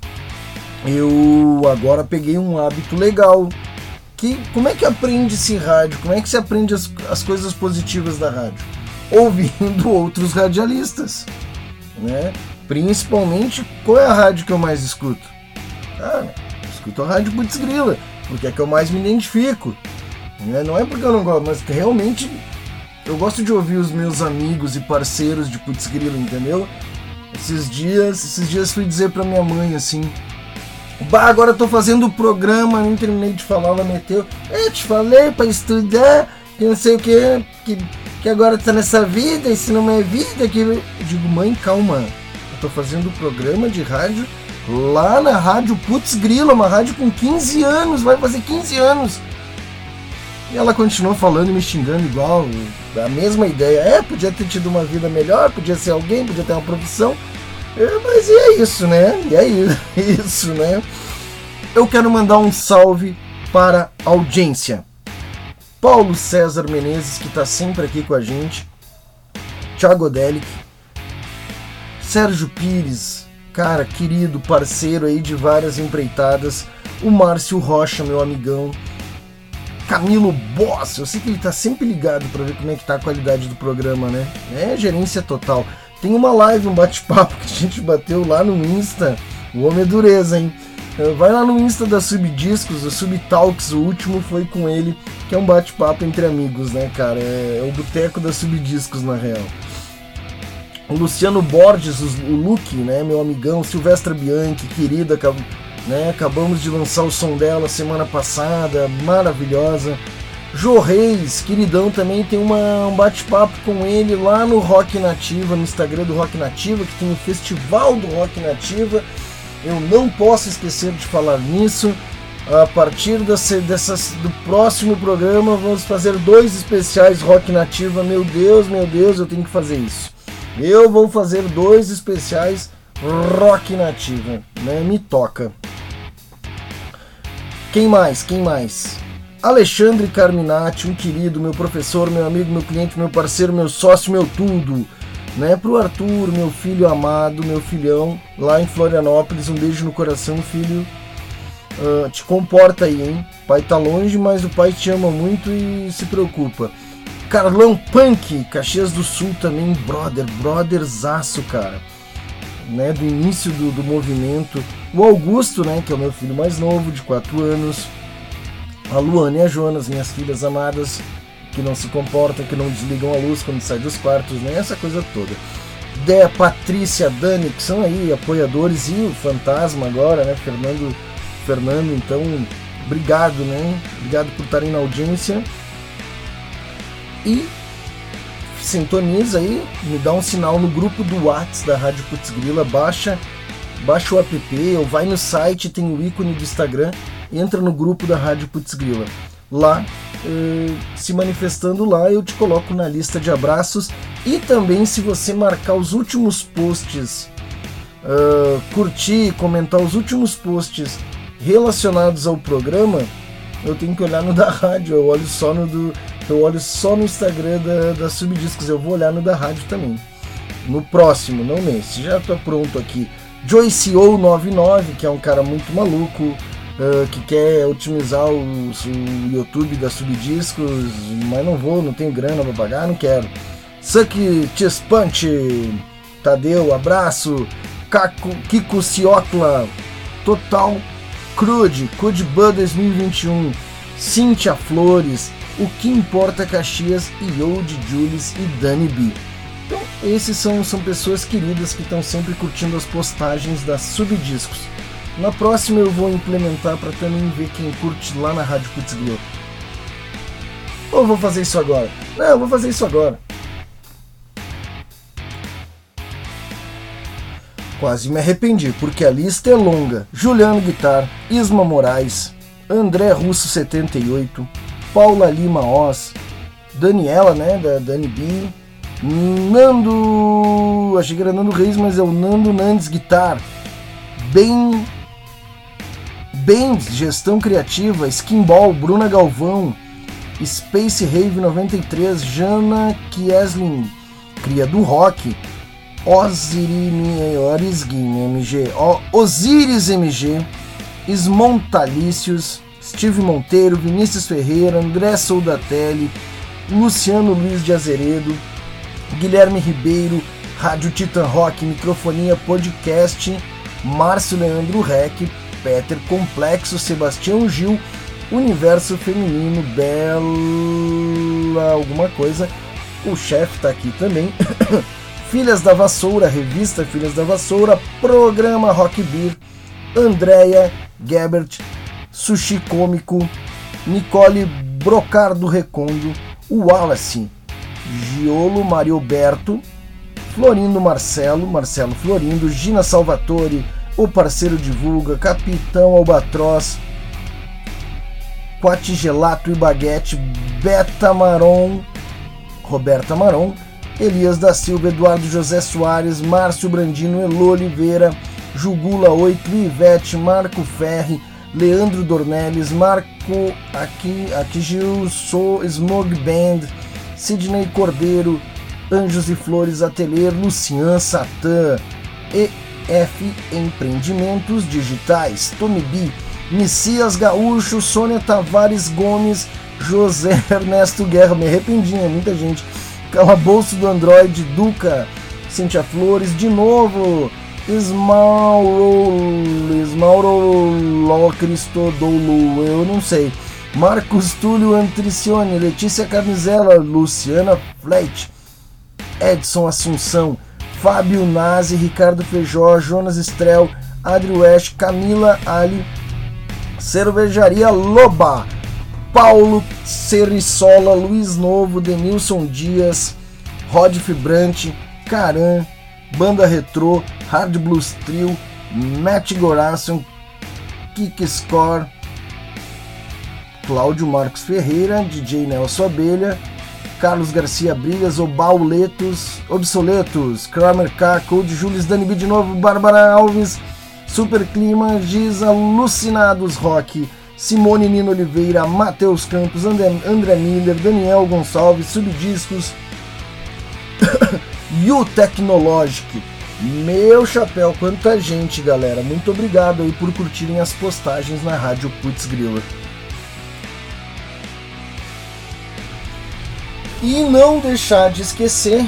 eu agora peguei um hábito legal. Como é que aprende-se rádio? Como é que se aprende as coisas positivas da rádio? Ouvindo outros radialistas, né? Principalmente, qual é a rádio que eu mais escuto? Eu escuto a Rádio Putz Grila, porque é que eu mais me identifico. Né? Não é porque eu não gosto, mas que realmente eu gosto de ouvir os meus amigos e parceiros de Putz Grila, entendeu? Esses dias fui dizer pra minha mãe assim: agora eu tô fazendo o programa, nem terminei de falar, ela meteu: te falei pra estudar, que não sei o que agora tá nessa vida, isso não é vida. Eu digo: mãe, calma, eu tô fazendo o programa de rádio lá na Rádio Putz Grila, uma rádio com 15 anos, vai fazer 15 anos. E ela continuou falando e me xingando igual, a mesma ideia. Podia ter tido uma vida melhor, podia ser alguém, podia ter uma profissão. Mas é isso, né? Eu quero mandar um salve para a audiência. Paulo César Menezes, que está sempre aqui com a gente. Thiago Odelic. Sérgio Pires, cara, querido, parceiro aí de várias empreitadas. O Márcio Rocha, meu amigão. Camilo Boss, eu sei que ele tá sempre ligado para ver como é que tá a qualidade do programa, né? É gerência total. Tem uma live, um bate-papo que a gente bateu lá no Insta. O homem é dureza, hein? Vai lá no Insta da Subdiscos, o Subtalks, o último foi com ele, que é um bate-papo entre amigos, né, cara? É o boteco da Subdiscos, na real. O Luciano Borges, o Luke, né, meu amigão. Silvestra Bianchi, querida, né, acabamos de lançar o som dela semana passada, maravilhosa. Jô Reis, queridão, também tem um bate-papo com ele lá no Rock Nativa, no Instagram do Rock Nativa, que tem o Festival do Rock Nativa. Eu não posso esquecer de falar nisso. A partir do próximo programa vamos fazer 2 especiais Rock Nativa. Meu Deus, eu tenho que fazer isso. Eu vou fazer 2 especiais Rock Nativa, né? Me toca. Quem mais? Alexandre Carminati, um querido, meu professor, meu amigo, meu cliente, meu parceiro, meu sócio, meu tudo, né? Pro Arthur, meu filho amado, meu filhão, lá em Florianópolis, um beijo no coração, filho. Te comporta aí, hein? Pai tá longe, mas o pai te ama muito e se preocupa. Carlão Punk, Caxias do Sul também, brotherzaço, cara, né? Do início do movimento. O Augusto, né? Que é o meu filho mais novo, de 4 anos. A Luana e a Jonas, minhas filhas amadas, que não se comportam, que não desligam a luz quando sai dos quartos, né? Essa coisa toda. Dea, Patrícia, Dani, que são aí apoiadores, e o Fantasma agora, né? Fernando, então, obrigado, né? Obrigado por estarem na audiência. E sintoniza aí, me dá um sinal no grupo do WhatsApp da Rádio Putz Grila, baixa o app, ou vai no site, tem o ícone do Instagram, entra no grupo da Rádio Putz Grila. Lá, se manifestando lá, eu te coloco na lista de abraços. E também, se você marcar os últimos posts, curtir, comentar os últimos posts relacionados ao programa, eu tenho que olhar no da rádio, eu olho só no Instagram da Subdiscos, eu vou olhar no da rádio também. No próximo, não nesse, já tô pronto aqui. JoyCO99, que é um cara muito maluco, que quer otimizar o YouTube da Subdiscos, mas não tenho grana pra pagar, não quero. Suck Cheese Punch, Tadeu, abraço. Kiko Ciotla, Total Crude, Cudebud 2021, Cíntia Flores, O Que Importa Caxias, Yodi Jules e Dani B. Então, esses são pessoas queridas que estão sempre curtindo as postagens da Subdiscos. Na próxima eu vou implementar para também ver quem curte lá na Rádio Putz Grila. Ou vou fazer isso agora? Não, eu vou fazer isso agora. Quase me arrependi, porque a lista é longa. Juliano Guitar, Isma Moraes, André Russo 78, Paula Lima Oz, Daniela, né, da Dani B, Nando, achei que era Nando Reis, mas é o Nando Nandes Guitar, Benz, Gestão Criativa, Skinball, Bruna Galvão, Space Rave 93, Jana Kieslin, Cria do Rock, Osiris MG, Smontalícios, Steve Monteiro, Vinícius Ferreira, André Soldatelli, Luciano Luiz de Azeredo, Guilherme Ribeiro, Rádio Titan Rock, Microfonia Podcast, Márcio Leandro Rec, Peter Complexo, Sebastião Gil, Universo Feminino, Bela alguma coisa, o chefe tá aqui também, Filhas da Vassoura, Revista Filhas da Vassoura, Programa Rock Beer, Andréia Gebert, Sushi Cômico, Nicole Brocardo Recondo, Wallace, Giolo Marioberto, Florindo Marcelo Florindo, Gina Salvatore, O Parceiro Divulga, Capitão Albatroz, Quatigelato e Baguete, Beta Maron, Roberta Maron, Elias da Silva, Eduardo José Soares, Márcio Brandino, Elô Oliveira, Jugula 8, Ivete, Marco Ferri, Leandro Dornelles, Marco Aquigil, Smog Band, Sidney Cordeiro, Anjos e Flores Atelier, Lucian Satã, EF Empreendimentos Digitais, Tommy B, Messias Gaúcho, Sônia Tavares Gomes, José Ernesto Guerra, me arrependi, é muita gente, Calabouço do Android, Duca, Cíntia Flores, de novo, Ismauro Cristodolo, eu não sei, Marcos Túlio Antricione, Letícia Carnizela, Luciana Fleit, Edson Assunção, Fábio Nazi, Ricardo Feijó, Jonas Estrel, Adri West, Camila Ali, Cervejaria Loba, Paulo Serrissola, Luiz Novo, Denilson Dias, Rod Fibrante, Caran, Banda Retrô, Hard Blues Trio, Matt Gorason, Kickscore, Cláudio Marcos Ferreira, DJ Nelson Abelha, Carlos Garcia Brilhas, Obsoletos, Kramer K, Code Jules, Dani B de novo, Bárbara Alves, Super Clima, Giz, Alucinados Rock, Simone Nino Oliveira, Matheus Campos, André Miller, Daniel Gonçalves, Subdiscos, You Technologic. Meu chapéu, quanta gente, galera. Muito obrigado aí por curtirem as postagens na Rádio Putz Grila. E não deixar de esquecer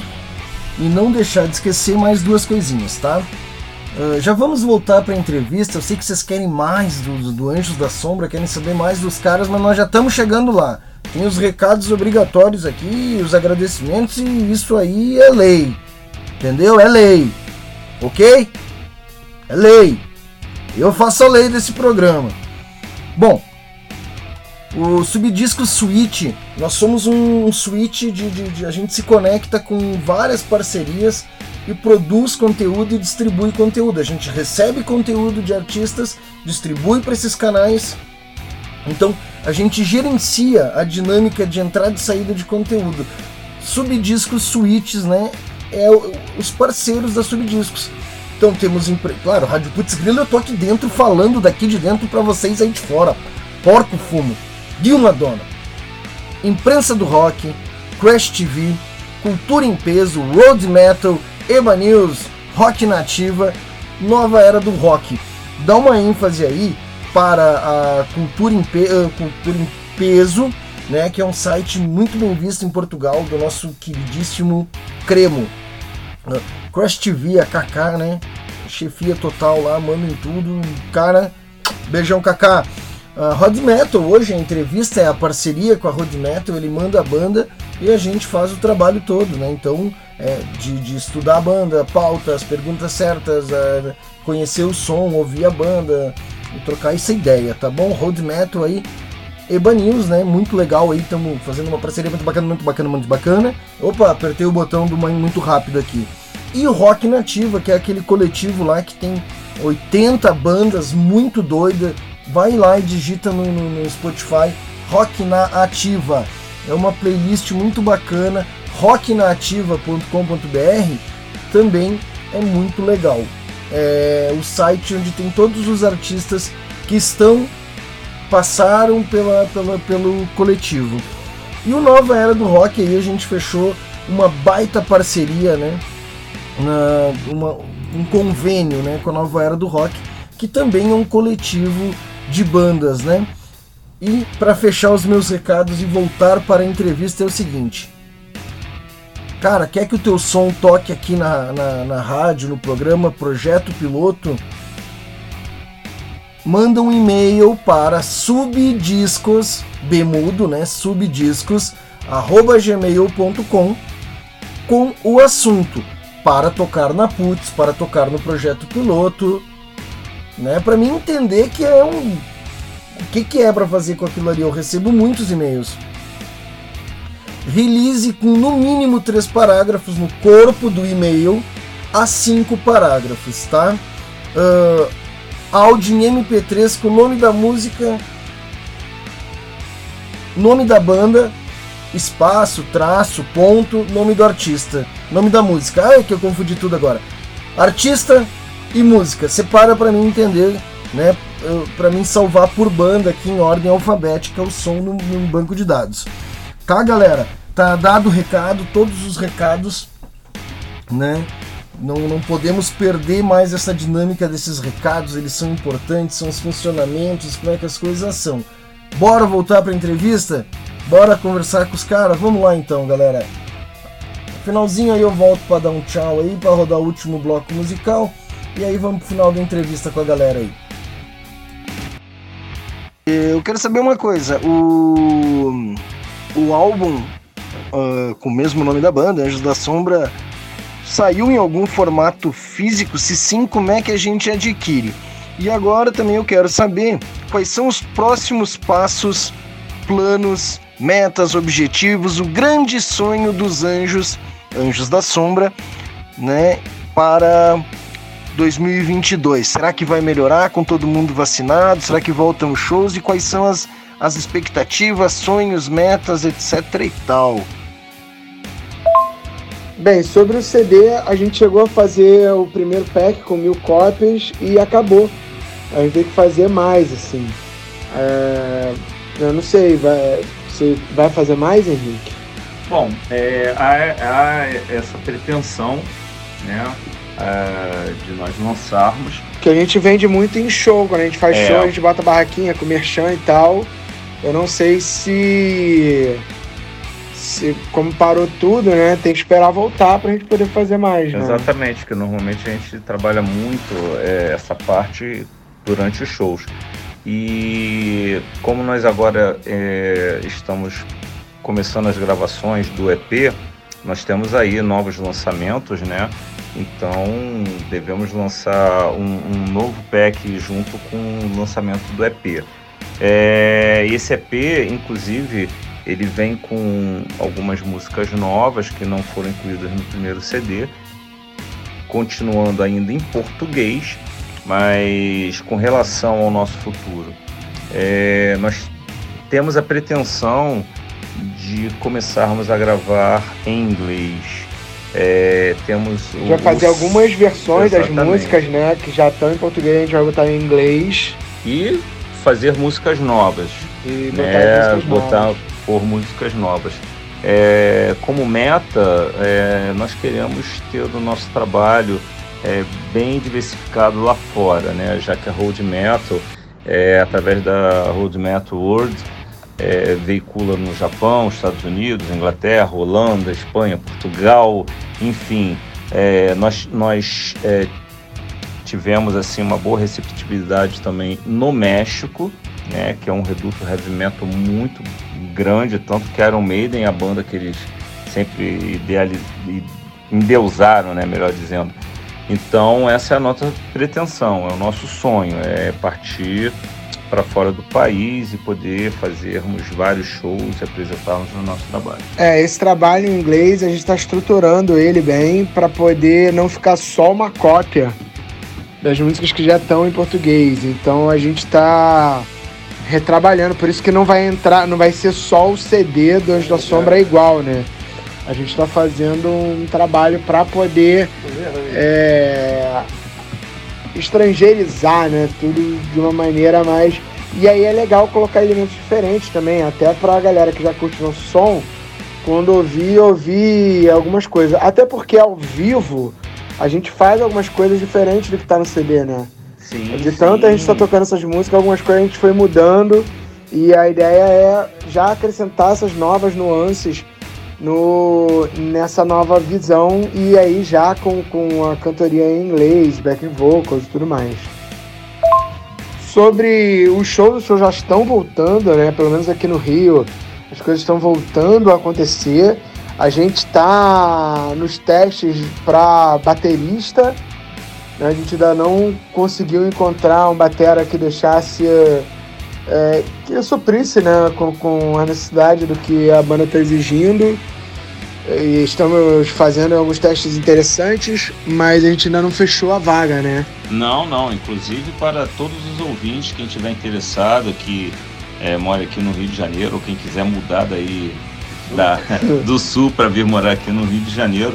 mais duas coisinhas, tá? Já vamos voltar para a entrevista. Eu sei que vocês querem mais do Anjos da Sombra, querem saber mais dos caras, mas nós já estamos chegando lá. Tem os recados obrigatórios aqui, os agradecimentos, e isso aí é lei. Entendeu? É lei. Ok? É lei. Eu faço a lei desse programa. Bom, o Subdisco Suite, nós somos um suite a gente se conecta com várias parcerias e produz conteúdo e distribui conteúdo. A gente recebe conteúdo de artistas, distribui para esses canais. Então a gente gerencia a dinâmica de entrada e saída de conteúdo. Subdiscos Suites, né? Os parceiros da Subdiscos. Então temos, claro, Rádio Putz Grila, eu tô aqui dentro falando daqui de dentro para vocês aí de fora. Porco Fumo, Dilma Dona, Imprensa do Rock, Crash TV, Cultura em Peso, Road Metal, Eba News, Rock Nativa, Nova Era do Rock. Dá uma ênfase aí para a Cultura em Peso, né, que é um site muito bem visto em Portugal, do nosso queridíssimo Cremo. Crush TV, a Kaká, né, chefia total lá, manda em tudo, cara, beijão Kaká. Rod Metal, hoje a entrevista é a parceria com a Rod Metal, ele manda a banda e a gente faz o trabalho todo, né, então de estudar a banda, pautas, perguntas certas, conhecer o som, ouvir a banda e trocar essa ideia, tá bom? Rod Metal aí, Eba News, né, muito legal aí, estamos fazendo uma parceria muito bacana. Opa, apertei o botão do muito rápido aqui. E o Rock Nativa, que é aquele coletivo lá que tem 80 bandas muito doidas. Vai lá e digita no Spotify Rock na Ativa. É uma playlist muito bacana. rocknaativa.com.br também é muito legal. É o site onde tem todos os artistas que passaram pelo coletivo. E o Nova Era do Rock, aí a gente fechou uma baita parceria, né? Um convênio, né, com a Nova Era do Rock, que também é um coletivo de bandas, né? E para fechar os meus recados e voltar para a entrevista é o seguinte: cara, quer que o teu som toque aqui na rádio, no programa Projeto Piloto? Manda um e-mail para subdiscos, bemudo, né? subdiscos@gmail.com com o assunto para tocar na Putz, para tocar no Projeto Piloto, né? Para mim entender que é o que é para fazer com aquilo ali. Eu recebo muitos e-mails. Release com no mínimo 3 parágrafos no corpo do e-mail a 5 parágrafos, tá? Áudio em MP3 com o nome da música, nome da banda, espaço, traço, ponto, nome do artista, nome da música. É que eu confundi tudo agora. Artista e música. Separa para mim entender, né? Para mim salvar por banda aqui em ordem alfabética o som num banco de dados. Tá, galera? Tá dado o recado, todos os recados, né? Não podemos perder mais essa dinâmica desses recados, eles são importantes, são os funcionamentos, como é que as coisas são. Bora voltar para a entrevista? Bora conversar com os caras? Vamos lá então, galera. Finalzinho aí eu volto para dar um tchau aí, para rodar o último bloco musical, e aí vamos pro final da entrevista com a galera aí. Eu quero saber uma coisa, o álbum com o mesmo nome da banda, Anjos da Sombra, saiu em algum formato físico? Se sim, como é que a gente adquire? E agora também eu quero saber quais são os próximos passos, planos, metas, objetivos, o grande sonho dos Anjos da Sombra, né, para 2022. Será que vai melhorar com todo mundo vacinado? Será que voltam shows? E quais são as expectativas, sonhos, metas, etc e tal? Bem, sobre o CD, a gente chegou a fazer o primeiro pack com 1000 cópias e acabou. A gente tem que fazer mais, assim. Eu não sei, você vai fazer mais, Henrique? Bom, há essa pretensão, né, de nós lançarmos. Que a gente vende muito em show, quando a gente faz show, a gente bota barraquinha com merchan e tal. Eu não sei se como parou tudo, né, tem que esperar voltar pra gente poder fazer mais, né? Exatamente, porque normalmente a gente trabalha muito essa parte durante os shows. E como nós agora estamos começando as gravações do EP, nós temos aí novos lançamentos, né? Então devemos lançar um novo pack junto com o lançamento do EP. Esse EP, inclusive, ele vem com algumas músicas novas que não foram incluídas no primeiro CD, continuando ainda em português, mas com relação ao nosso futuro. Nós temos a pretensão de começarmos a gravar em inglês. Já fazer algumas versões das músicas, né, que já estão em português, a gente vai botar em inglês. E fazer músicas novas. E botar por músicas novas. Como meta, nós queremos ter o nosso trabalho bem diversificado lá fora, né? Já que a Road Metal, através da Road Metal World, veicula no Japão, Estados Unidos, Inglaterra, Holanda, Espanha, Portugal, enfim. Nós tivemos assim, uma boa receptividade também no México, né? Que é um reduto heavy metal muito grande, tanto que Iron Maiden, a banda que eles sempre endeusaram, né? Melhor dizendo. Então essa é a nossa pretensão, é o nosso sonho, é partir para fora do país e poder fazermos vários shows e apresentarmos o nosso trabalho. Esse trabalho em inglês a gente está estruturando ele bem para poder não ficar só uma cópia das músicas que já estão em português. Então a gente está retrabalhando, por isso que não vai ser só o CD do Anjo da Sombra igual, né? A gente está fazendo um trabalho para poder estrangeirizar, né? Tudo de uma maneira mais... E aí é legal colocar elementos diferentes também, até pra galera que já curte nosso som, quando ouvir algumas coisas. Até porque ao vivo a gente faz algumas coisas diferentes do que tá no CD, né? Sim, de tanto a gente tá tocando essas músicas, algumas coisas a gente foi mudando, e a ideia é já acrescentar essas novas nuances nessa nova visão, e aí já com a cantoria em inglês, backing vocals e tudo mais. Sobre os shows já estão voltando, né? Pelo menos aqui no Rio, as coisas estão voltando a acontecer. A gente está nos testes para baterista, né? A gente ainda não conseguiu encontrar um batera que deixasse... que suprisse, né, com a necessidade do que a banda está exigindo. E estamos fazendo alguns testes interessantes, mas a gente ainda não fechou a vaga, né? Não. Inclusive para todos os ouvintes, quem estiver interessado, que mora aqui no Rio de Janeiro, ou quem quiser mudar daí do Sul para vir morar aqui no Rio de Janeiro,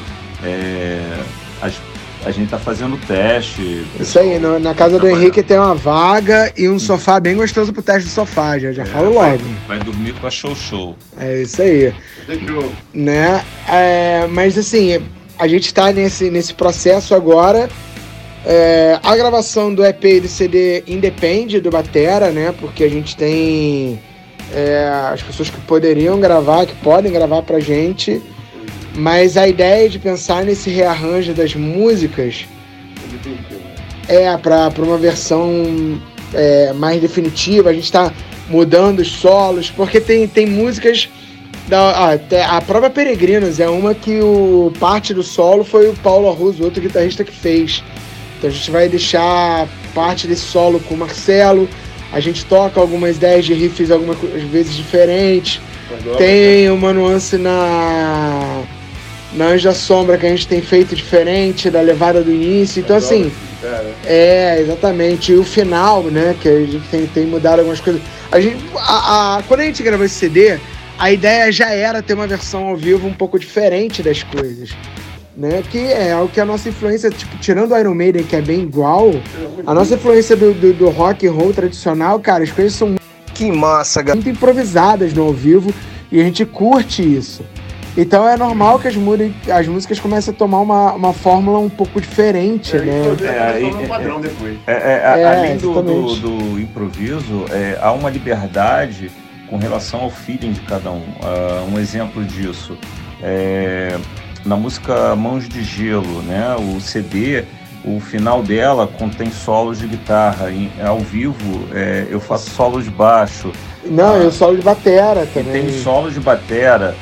a gente tá fazendo teste. Isso aí, na casa do Henrique tem uma vaga e um sofá bem gostoso pro teste do sofá, já falo logo. Vai dormir com a show. É isso aí. Né? Mas assim, a gente tá nesse processo agora. A gravação do EP e do CD independe do batera, né? Porque a gente tem as pessoas que poderiam gravar, que podem gravar pra gente. Mas a ideia de pensar nesse rearranjo das músicas para uma versão mais definitiva. A gente está mudando os solos, porque tem músicas a própria Peregrinos é uma que parte do solo foi o Paulo Arruzo, outro guitarrista, que fez. Então a gente vai deixar parte desse solo com o Marcelo. A gente toca algumas ideias de riffs algumas vezes diferentes. Tem uma nuance na Anjo da Sombra que a gente tem feito diferente da levada do início. Então assim, exatamente. E o final, né, que a gente tem mudado algumas coisas. Quando a gente gravou esse CD, a ideia já era ter uma versão ao vivo um pouco diferente das coisas, né? Que é o que a nossa influência, tipo, tirando o Iron Maiden, que é bem igual, a nossa influência do rock and roll tradicional, cara, as coisas são muito improvisadas no ao vivo, e a gente curte isso. Então é normal que as músicas comecem a tomar uma fórmula um pouco diferente, né? Um padrão depois. Além do improviso, há uma liberdade com relação ao feeling de cada um. Um exemplo disso na música Mãos de Gelo, né? O CD, o final dela contém solos de guitarra. Ao vivo, eu faço solos de baixo. Eu solo de batera também. Tem solos de batera.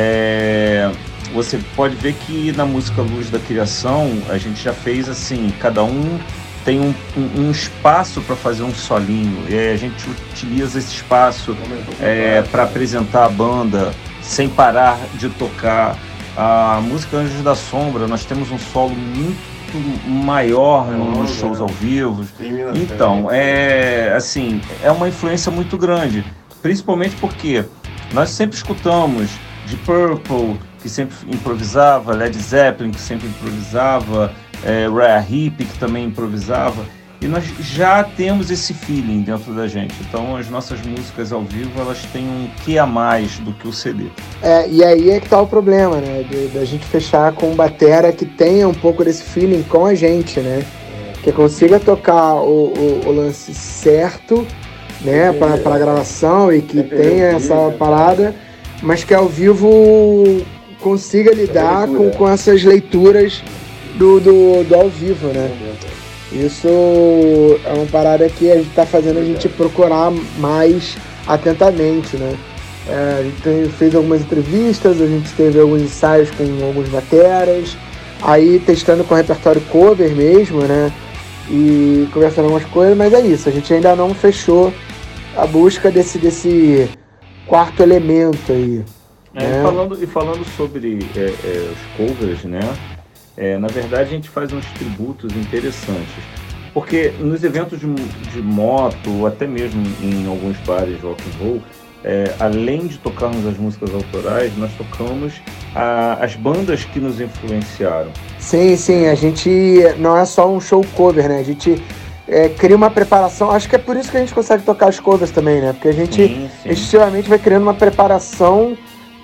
Você pode ver que na música Luz da Criação a gente já fez assim, cada um tem um espaço para fazer um solinho, e a gente utiliza esse espaço para apresentar a banda sem parar de tocar. A música Anjos da Sombra, nós temos um solo muito maior nos shows ao vivo. Então, é uma influência muito grande, principalmente porque nós sempre escutamos de Purple, que sempre improvisava, Led Zeppelin, que sempre improvisava, Rare Hip, que também improvisava, E nós já temos esse feeling dentro da gente. Então as nossas músicas ao vivo, elas têm um quê a mais do que o CD. E aí é que tá o problema, né? Da gente fechar com um batera que tenha um pouco desse feeling com a gente, né? Que consiga tocar o lance certo, né? Pra gravação e que tenha essa parada, mas que ao vivo consiga lidar com essas leituras do ao vivo, né? Isso é uma parada que a gente tá fazendo a gente procurar mais atentamente, né? A gente fez algumas entrevistas, a gente teve alguns ensaios com alguns bateras, aí testando com repertório cover mesmo, né? E conversando algumas coisas, mas é isso, a gente ainda não fechou a busca desse quarto elemento aí. Né? Falando sobre os covers, né? Na verdade, a gente faz uns tributos interessantes, porque nos eventos de moto, ou até mesmo em alguns bares de rock and roll, além de tocarmos as músicas autorais, nós tocamos as bandas que nos influenciaram. Sim, a gente não é só um show cover, né? A gente cria uma preparação, acho que é por isso que a gente consegue tocar as covers também, né? Porque a gente efetivamente vai criando uma preparação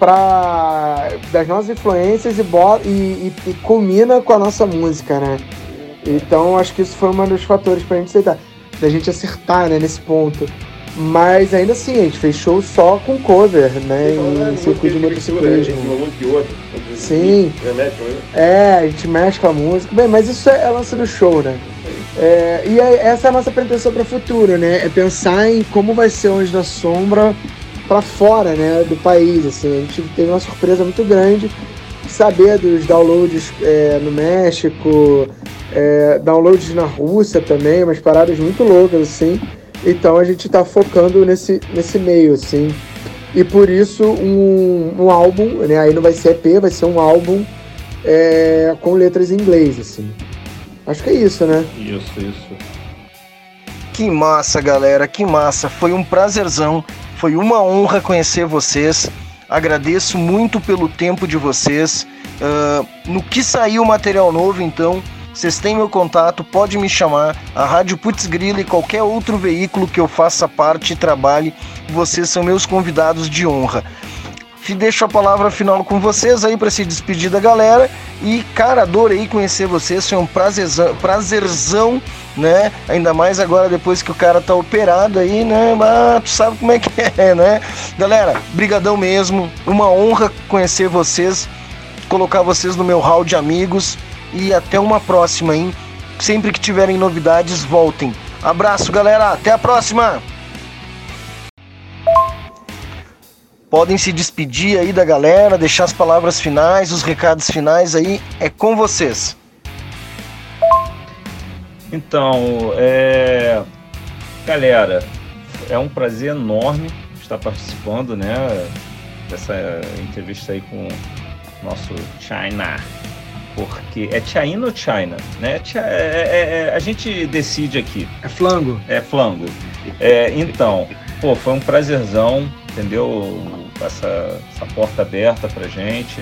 das nossas influências e culmina com a nossa música, né? Então acho que isso foi um dos fatores pra gente aceitar, da gente acertar, né, nesse ponto. Mas ainda assim, a gente fez show só com cover, né? Em circuito de motociclismo. Sim. A gente mescla a música. Bem, mas isso é lance do show, né? E essa é a nossa pretensão para o futuro, né? É pensar em como vai ser o Anjos da Sombra para fora, né, do país, assim. A gente teve uma surpresa muito grande de saber dos downloads no México, downloads na Rússia também, umas paradas muito loucas, assim. Então a gente tá focando nesse meio, assim. E por isso um álbum, né, aí não vai ser EP, vai ser um álbum com letras em inglês, assim. Acho que é isso, né? Isso. Que massa, galera, que massa. Foi um prazerzão. Foi uma honra conhecer vocês. Agradeço muito pelo tempo de vocês. No que sair o material novo, então, vocês têm meu contato, pode me chamar. A Rádio Putz Grila e qualquer outro veículo que eu faça parte e trabalhe, vocês são meus convidados de honra. Deixo a palavra final com vocês aí para se despedir da galera. E, cara, adorei conhecer vocês. Foi um prazerzão, né? Ainda mais agora depois que o cara tá operado aí, né? Mas tu sabe como é que é, né? Galera, brigadão mesmo. Uma honra conhecer vocês, colocar vocês no meu hall de amigos. E até uma próxima, hein? Sempre que tiverem novidades, voltem. Abraço, galera. Até a próxima! Podem se despedir aí da galera, deixar as palavras finais, os recados finais aí, é com vocês. Então, galera, é um prazer enorme estar participando, né, dessa entrevista aí com o nosso China, porque é China ou China, né? A gente decide aqui. É flango. É flango. Então, foi um prazerzão, entendeu? Essa porta aberta pra gente.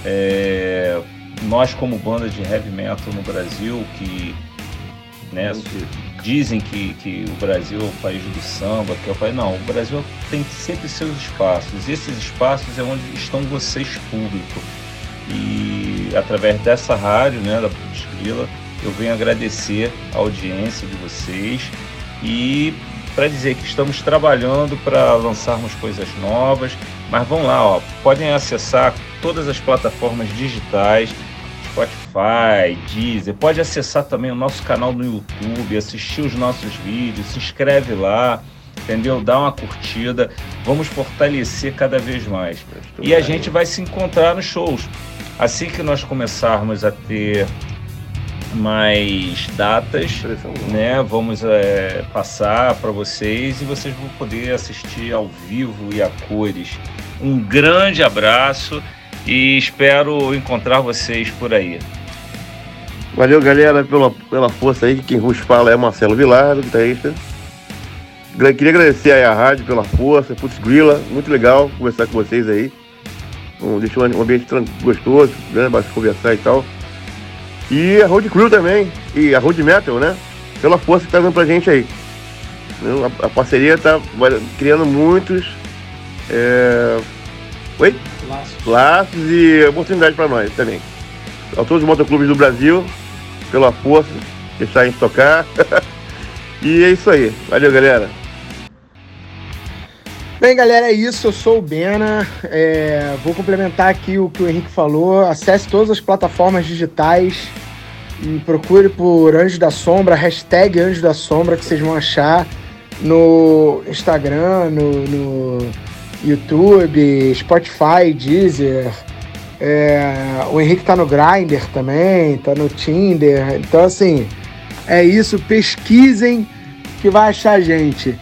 Nós, como banda de heavy metal no Brasil, que, né, dizem que o Brasil é o país do samba, que é o país. Não, o Brasil tem sempre seus espaços. E esses espaços é onde estão vocês, público. E através dessa rádio, né, da Putz Grila, eu venho agradecer a audiência de vocês e para dizer que estamos trabalhando para lançarmos coisas novas, mas vão lá, podem acessar todas as plataformas digitais, Spotify, Deezer, pode acessar também o nosso canal no YouTube, assistir os nossos vídeos, se inscreve lá, entendeu? Dá uma curtida, vamos fortalecer cada vez mais. E a gente vai se encontrar nos shows. Assim que nós começarmos a ter mais datas, né, vamos passar para vocês e vocês vão poder assistir ao vivo e a cores. Um grande abraço e espero encontrar vocês por aí. Valeu, galera, pela força aí. Quem vos fala é Marcelo Vilar, do guitarrista. Queria agradecer aí a rádio pela força, Putz Grila, muito legal conversar com vocês aí. Deixou um ambiente gostoso, né, para conversar e tal. E a Road Crew também, e a Road Metal, né? pela força que tá dando pra gente aí. A parceria tá criando muitos laços e oportunidades para nós também. A todos os motoclubes do Brasil, pela força, deixar a gente tocar. E é isso aí. Valeu, galera. Bem, galera, é isso. Eu sou o Bena. Vou complementar aqui o que o Henrique falou. Acesse todas as plataformas digitais e procure por Anjo da Sombra, hashtag Anjo da Sombra, que vocês vão achar no Instagram, no YouTube, Spotify, Deezer. O Henrique tá no Grindr também, tá no Tinder. Então, assim, é isso. Pesquisem que vai achar a gente.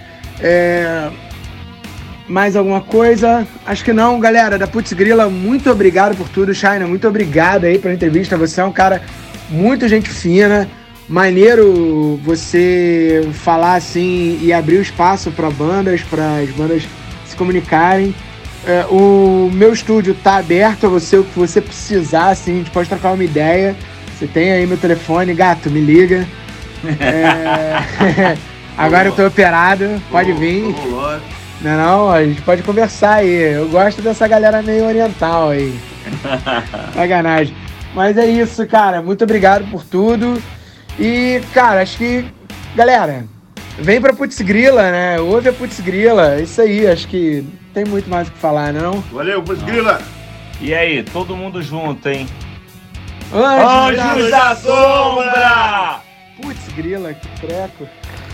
Mais alguma coisa? Acho que não, galera. Da Putz Grila, muito obrigado por tudo. China, muito obrigado aí pela entrevista. Você é um cara muito gente fina. Maneiro você falar assim e abrir o espaço para as bandas se comunicarem. O meu estúdio tá aberto a você, o que você precisar, assim, a gente pode trocar uma ideia. Você tem aí meu telefone, gato, me liga. Agora eu tô operado, pode vir. Não, a gente pode conversar aí. Eu gosto dessa galera meio oriental aí. Sacanagem. Mas é isso, cara. Muito obrigado por tudo. E, cara, acho que... Galera, vem pra Putz Grila, né? Ouve a Putz Grila. É isso aí, acho que tem muito mais o que falar, não? Valeu, Putz Grila! E aí, todo mundo junto, hein? Anjos da Sombra! Putz Grila, que treco.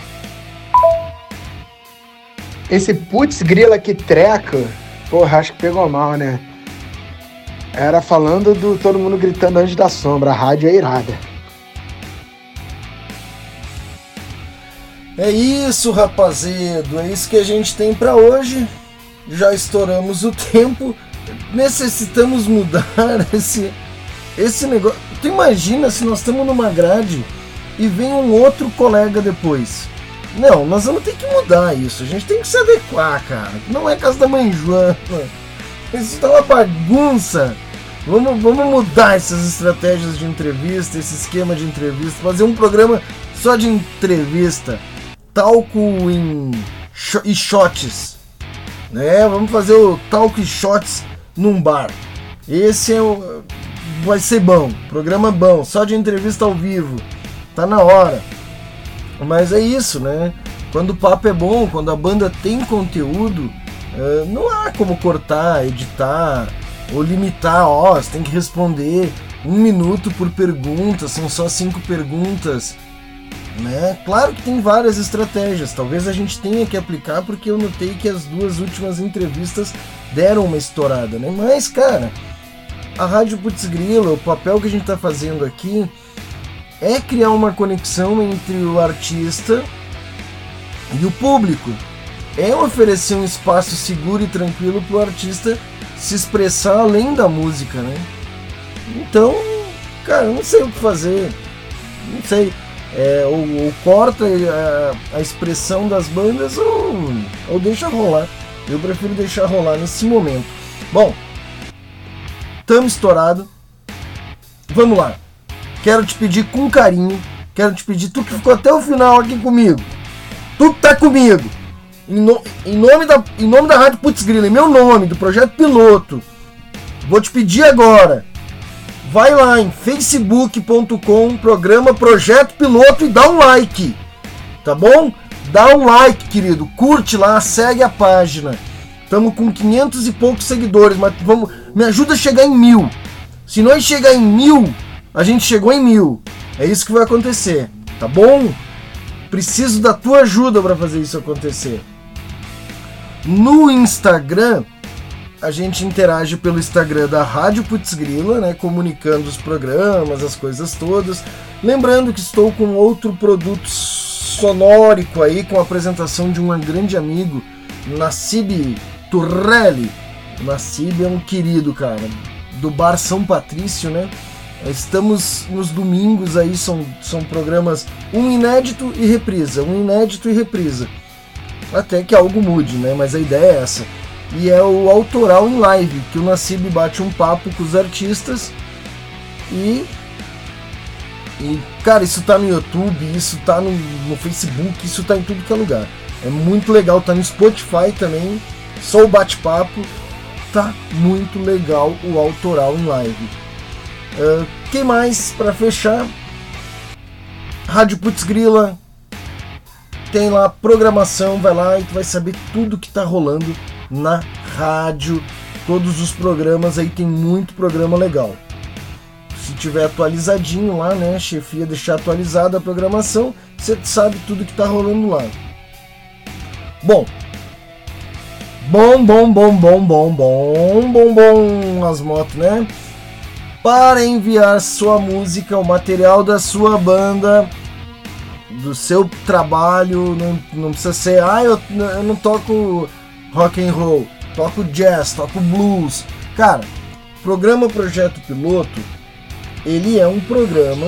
Esse Putz Grila, que treco, porra, acho que pegou mal, né? Era falando do todo mundo gritando Anjos da Sombra, a rádio é irada. É isso, rapazedo, é isso que a gente tem pra hoje. Já estouramos o tempo, necessitamos mudar esse negócio. Tu imagina se nós estamos numa grade e vem um outro colega depois. Não, nós vamos ter que mudar isso, a gente tem que se adequar, cara. Não é casa da mãe Joana, isso tá uma bagunça. Vamos mudar essas estratégias de entrevista, esse esquema de entrevista, fazer um programa só de entrevista, talco e shots, né? Vamos fazer o talco e shots num bar. Esse vai ser bom, programa bom, só de entrevista ao vivo, tá na hora. Mas é isso, né? Quando o papo é bom, quando a banda tem conteúdo, não há como cortar, editar ou limitar. Você tem que responder 1 minuto por pergunta, são só 5 perguntas, né? Claro que tem várias estratégias, talvez a gente tenha que aplicar, porque eu notei que as 2 últimas entrevistas deram uma estourada, né? Mas, cara, a Rádio Putz Grila, o papel que a gente tá fazendo aqui é criar uma conexão entre o artista e o público. É oferecer um espaço seguro e tranquilo para o artista se expressar além da música, né? Então, cara, eu não sei o que fazer. Não sei. Ou corta a expressão das bandas ou deixa rolar. Eu prefiro deixar rolar nesse momento. Bom, tamo estourado. Vamos lá. Quero te pedir com carinho, tu que ficou até o final aqui comigo, tu que tá comigo, em nome da Rádio Putz Grila, em meu nome, do Projeto Piloto, vou te pedir agora, vai lá em facebook.com, programa Projeto Piloto e dá um like, tá bom? Dá um like, querido, curte lá, segue a página, estamos com 500 e poucos seguidores, mas me ajuda a chegar em 1000, se nós chegar em 1000, a gente chegou em 1000. É isso que vai acontecer, tá bom? Preciso da tua ajuda para fazer isso acontecer. No Instagram, a gente interage pelo Instagram da Rádio Putz Grila, né? Comunicando os programas, as coisas todas. Lembrando que estou com outro produto sonórico aí, com a apresentação de um grande amigo, Nassib Turrelli. Nassib é um querido, cara, do Bar São Patrício, né? Estamos nos domingos aí, são programas um inédito e reprisa, até que algo mude, né? Mas a ideia é essa. E é o autoral em live, que o Nassib bate um papo com os artistas e E, cara, isso tá no YouTube, isso tá no Facebook, isso tá em tudo que é lugar. É muito legal, tá no Spotify também, só o bate-papo. Tá muito legal o autoral em live. Que mais pra fechar? Rádio Putz Grila. Tem lá programação, vai lá e tu vai saber tudo que tá rolando na rádio. Todos os programas aí, tem muito programa legal. Se tiver atualizadinho lá, né, chefia deixar atualizada a programação, você sabe tudo que tá rolando lá. Bom as motos, né? Para enviar sua música, o material da sua banda, do seu trabalho, não precisa ser, eu não toco rock and roll, toco jazz, toco blues. Cara, programa Projeto Piloto, ele é um programa...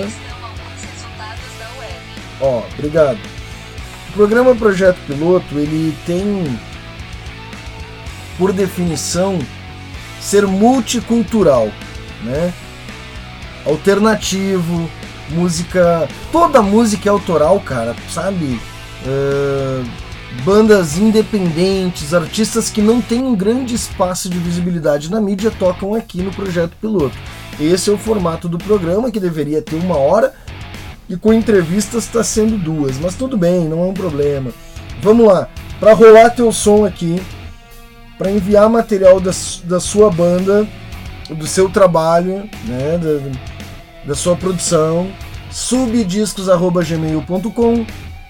obrigado. O programa Projeto Piloto, ele tem, por definição, ser multicultural, né? Alternativo, música... Toda música é autoral, cara, sabe? Bandas independentes, artistas que não têm um grande espaço de visibilidade na mídia tocam aqui no Projeto Piloto. Esse é o formato do programa, que deveria ter 1 hora, e com entrevistas está sendo 2, mas tudo bem, não é um problema. Vamos lá, para rolar teu som aqui, para enviar material da sua banda, do seu trabalho, né, da sua produção, subdiscos@gmail.com.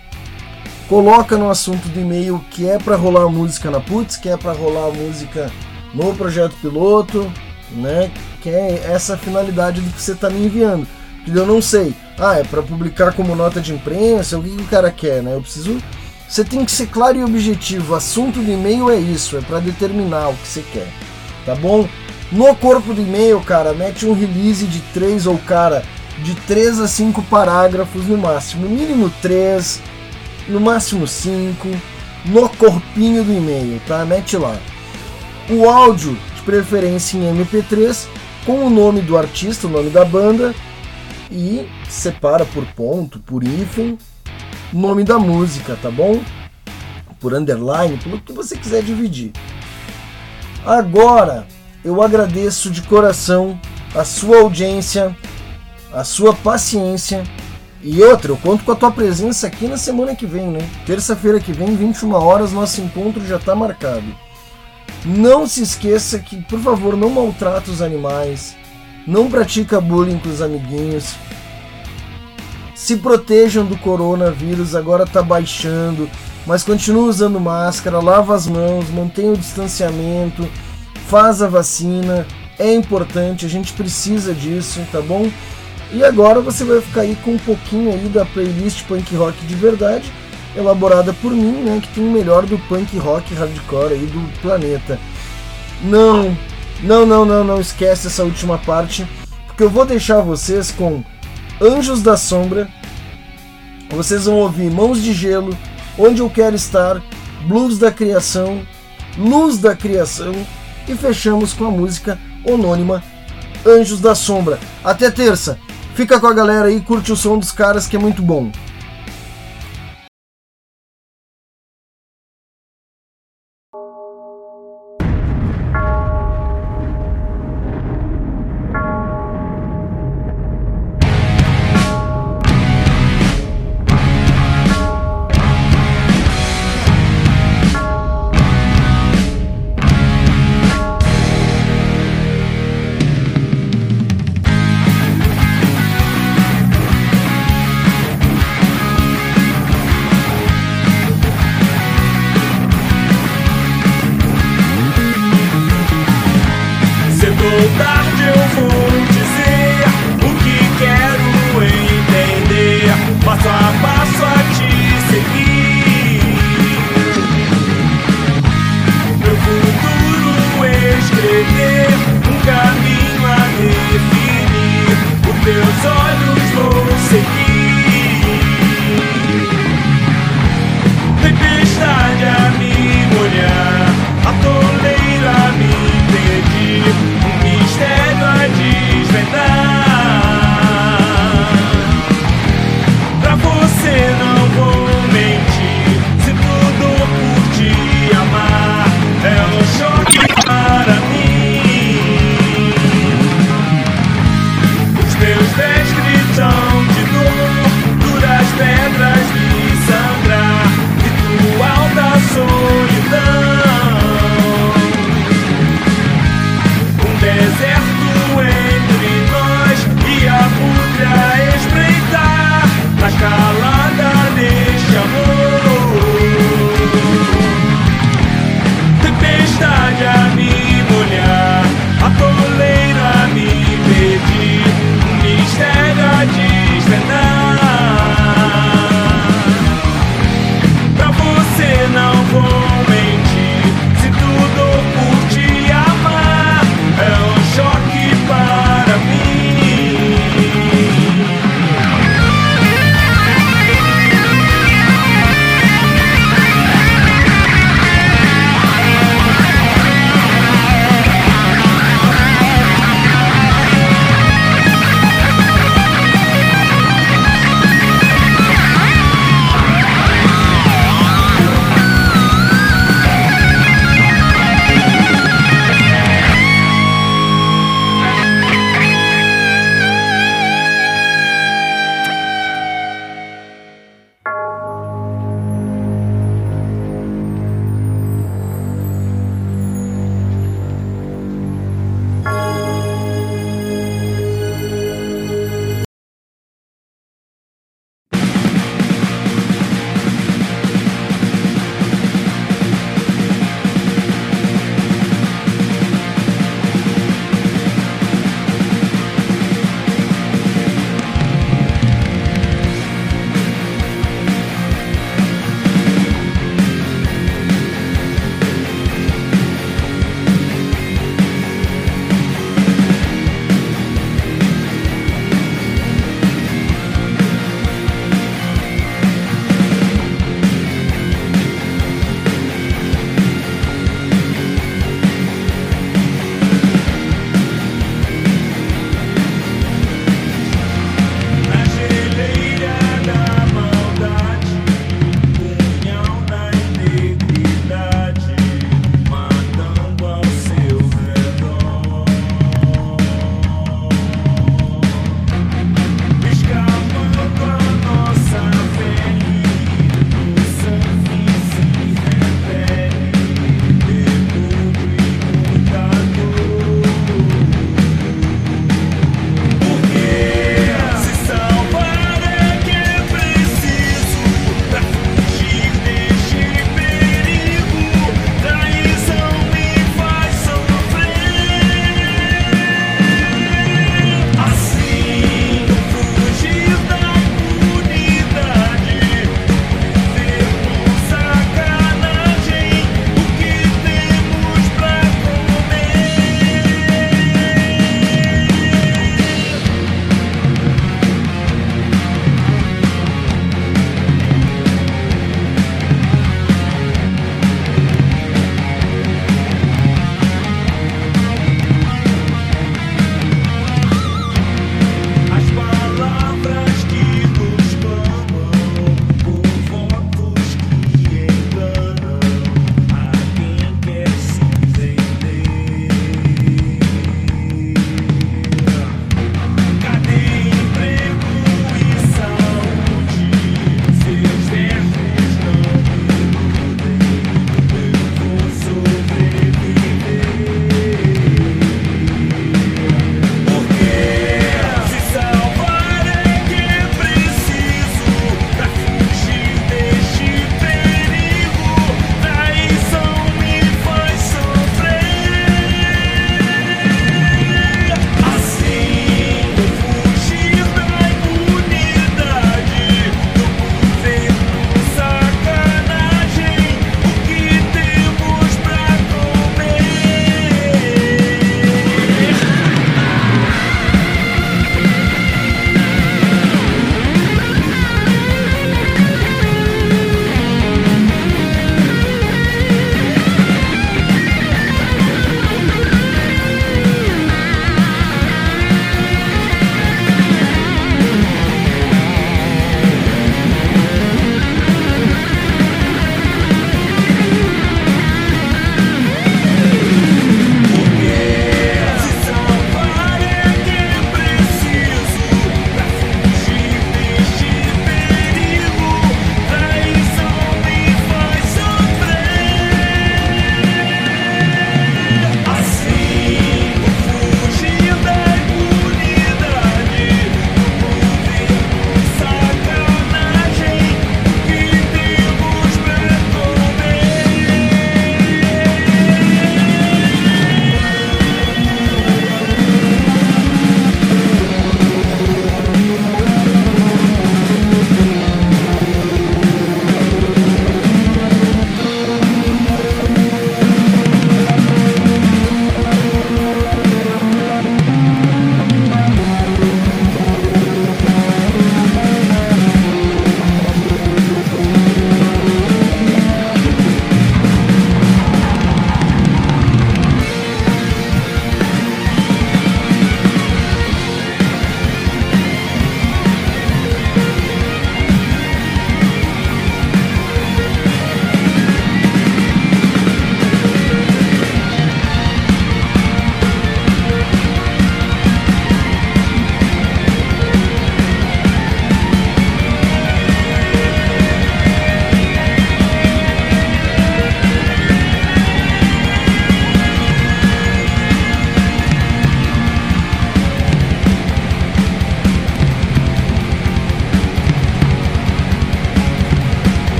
Coloca no assunto do e-mail que é para rolar a música na Putz, que é para rolar a música no Projeto Piloto, né? Que é essa a finalidade do que você está me enviando. Porque eu não sei, é para publicar como nota de imprensa, o que o cara quer, né? Você tem que ser claro e objetivo. O assunto do e-mail é isso, é para determinar o que você quer, tá bom? No corpo do e-mail, cara, mete um release de 3 ou, cara, de 3 a 5 parágrafos no máximo, mínimo 3, no máximo 5, no corpinho do e-mail, tá? Mete lá. O áudio, de preferência em MP3, com o nome do artista, o nome da banda, e separa por ponto, por hífen, nome da música, tá bom? Por underline, pelo que você quiser dividir. Agora, eu agradeço de coração a sua audiência, a sua paciência. E outra, eu conto com a tua presença aqui na semana que vem, né? Terça-feira que vem, 21 horas, nosso encontro já está marcado. Não se esqueça que, por favor, não maltrata os animais, não pratica bullying com os amiguinhos, se protejam do coronavírus, agora está baixando, mas continua usando máscara, lava as mãos, mantenha o distanciamento, faz a vacina, é importante, a gente precisa disso, tá bom? E agora você vai ficar aí com um pouquinho aí da playlist punk rock de verdade, elaborada por mim, né, que tem o melhor do punk rock hardcore aí do planeta. Não esquece essa última parte, porque eu vou deixar vocês com Anjos da Sombra, vocês vão ouvir Mãos de Gelo, Onde Eu Quero Estar, Blues da Criação, Luz da Criação, e fechamos com a música homônima Anjos da Sombra. Até terça, fica com a galera aí, curte o som dos caras que é muito bom.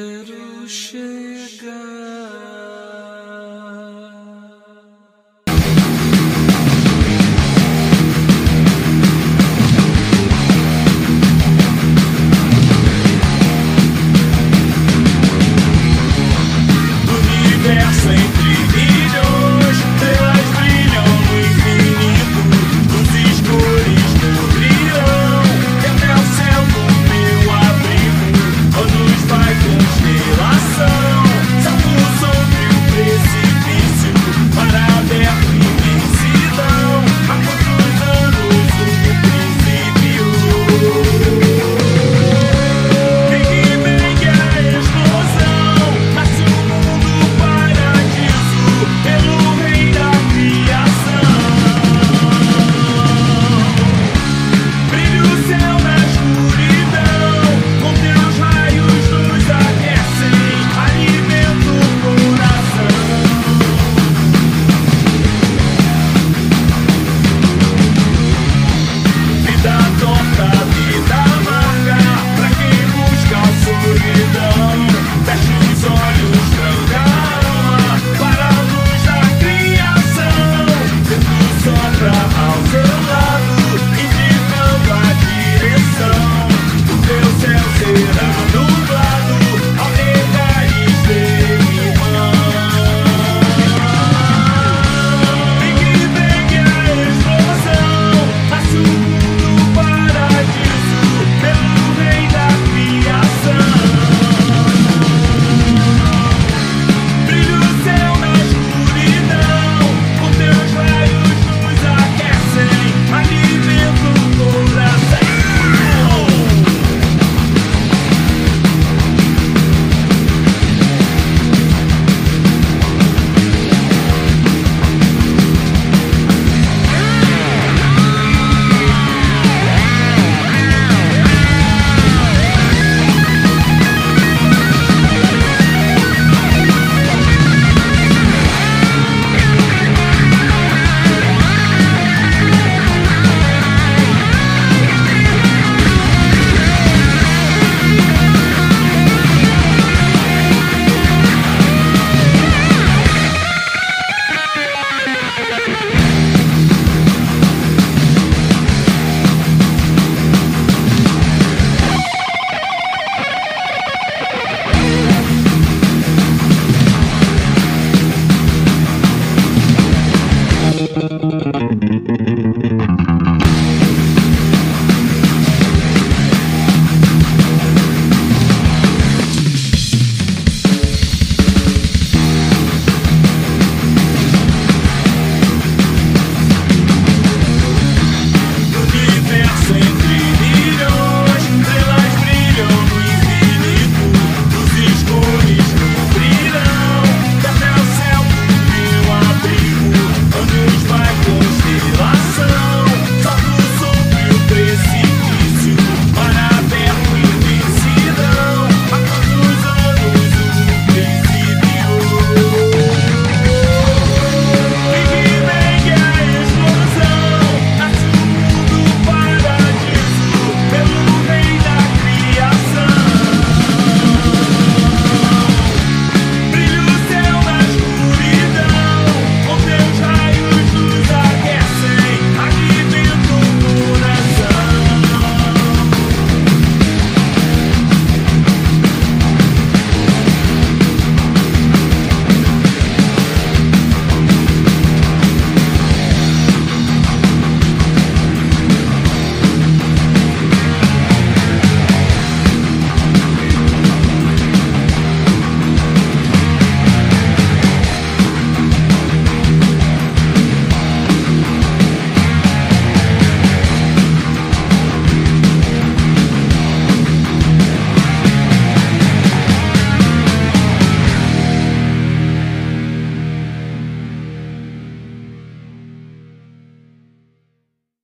quero chegar.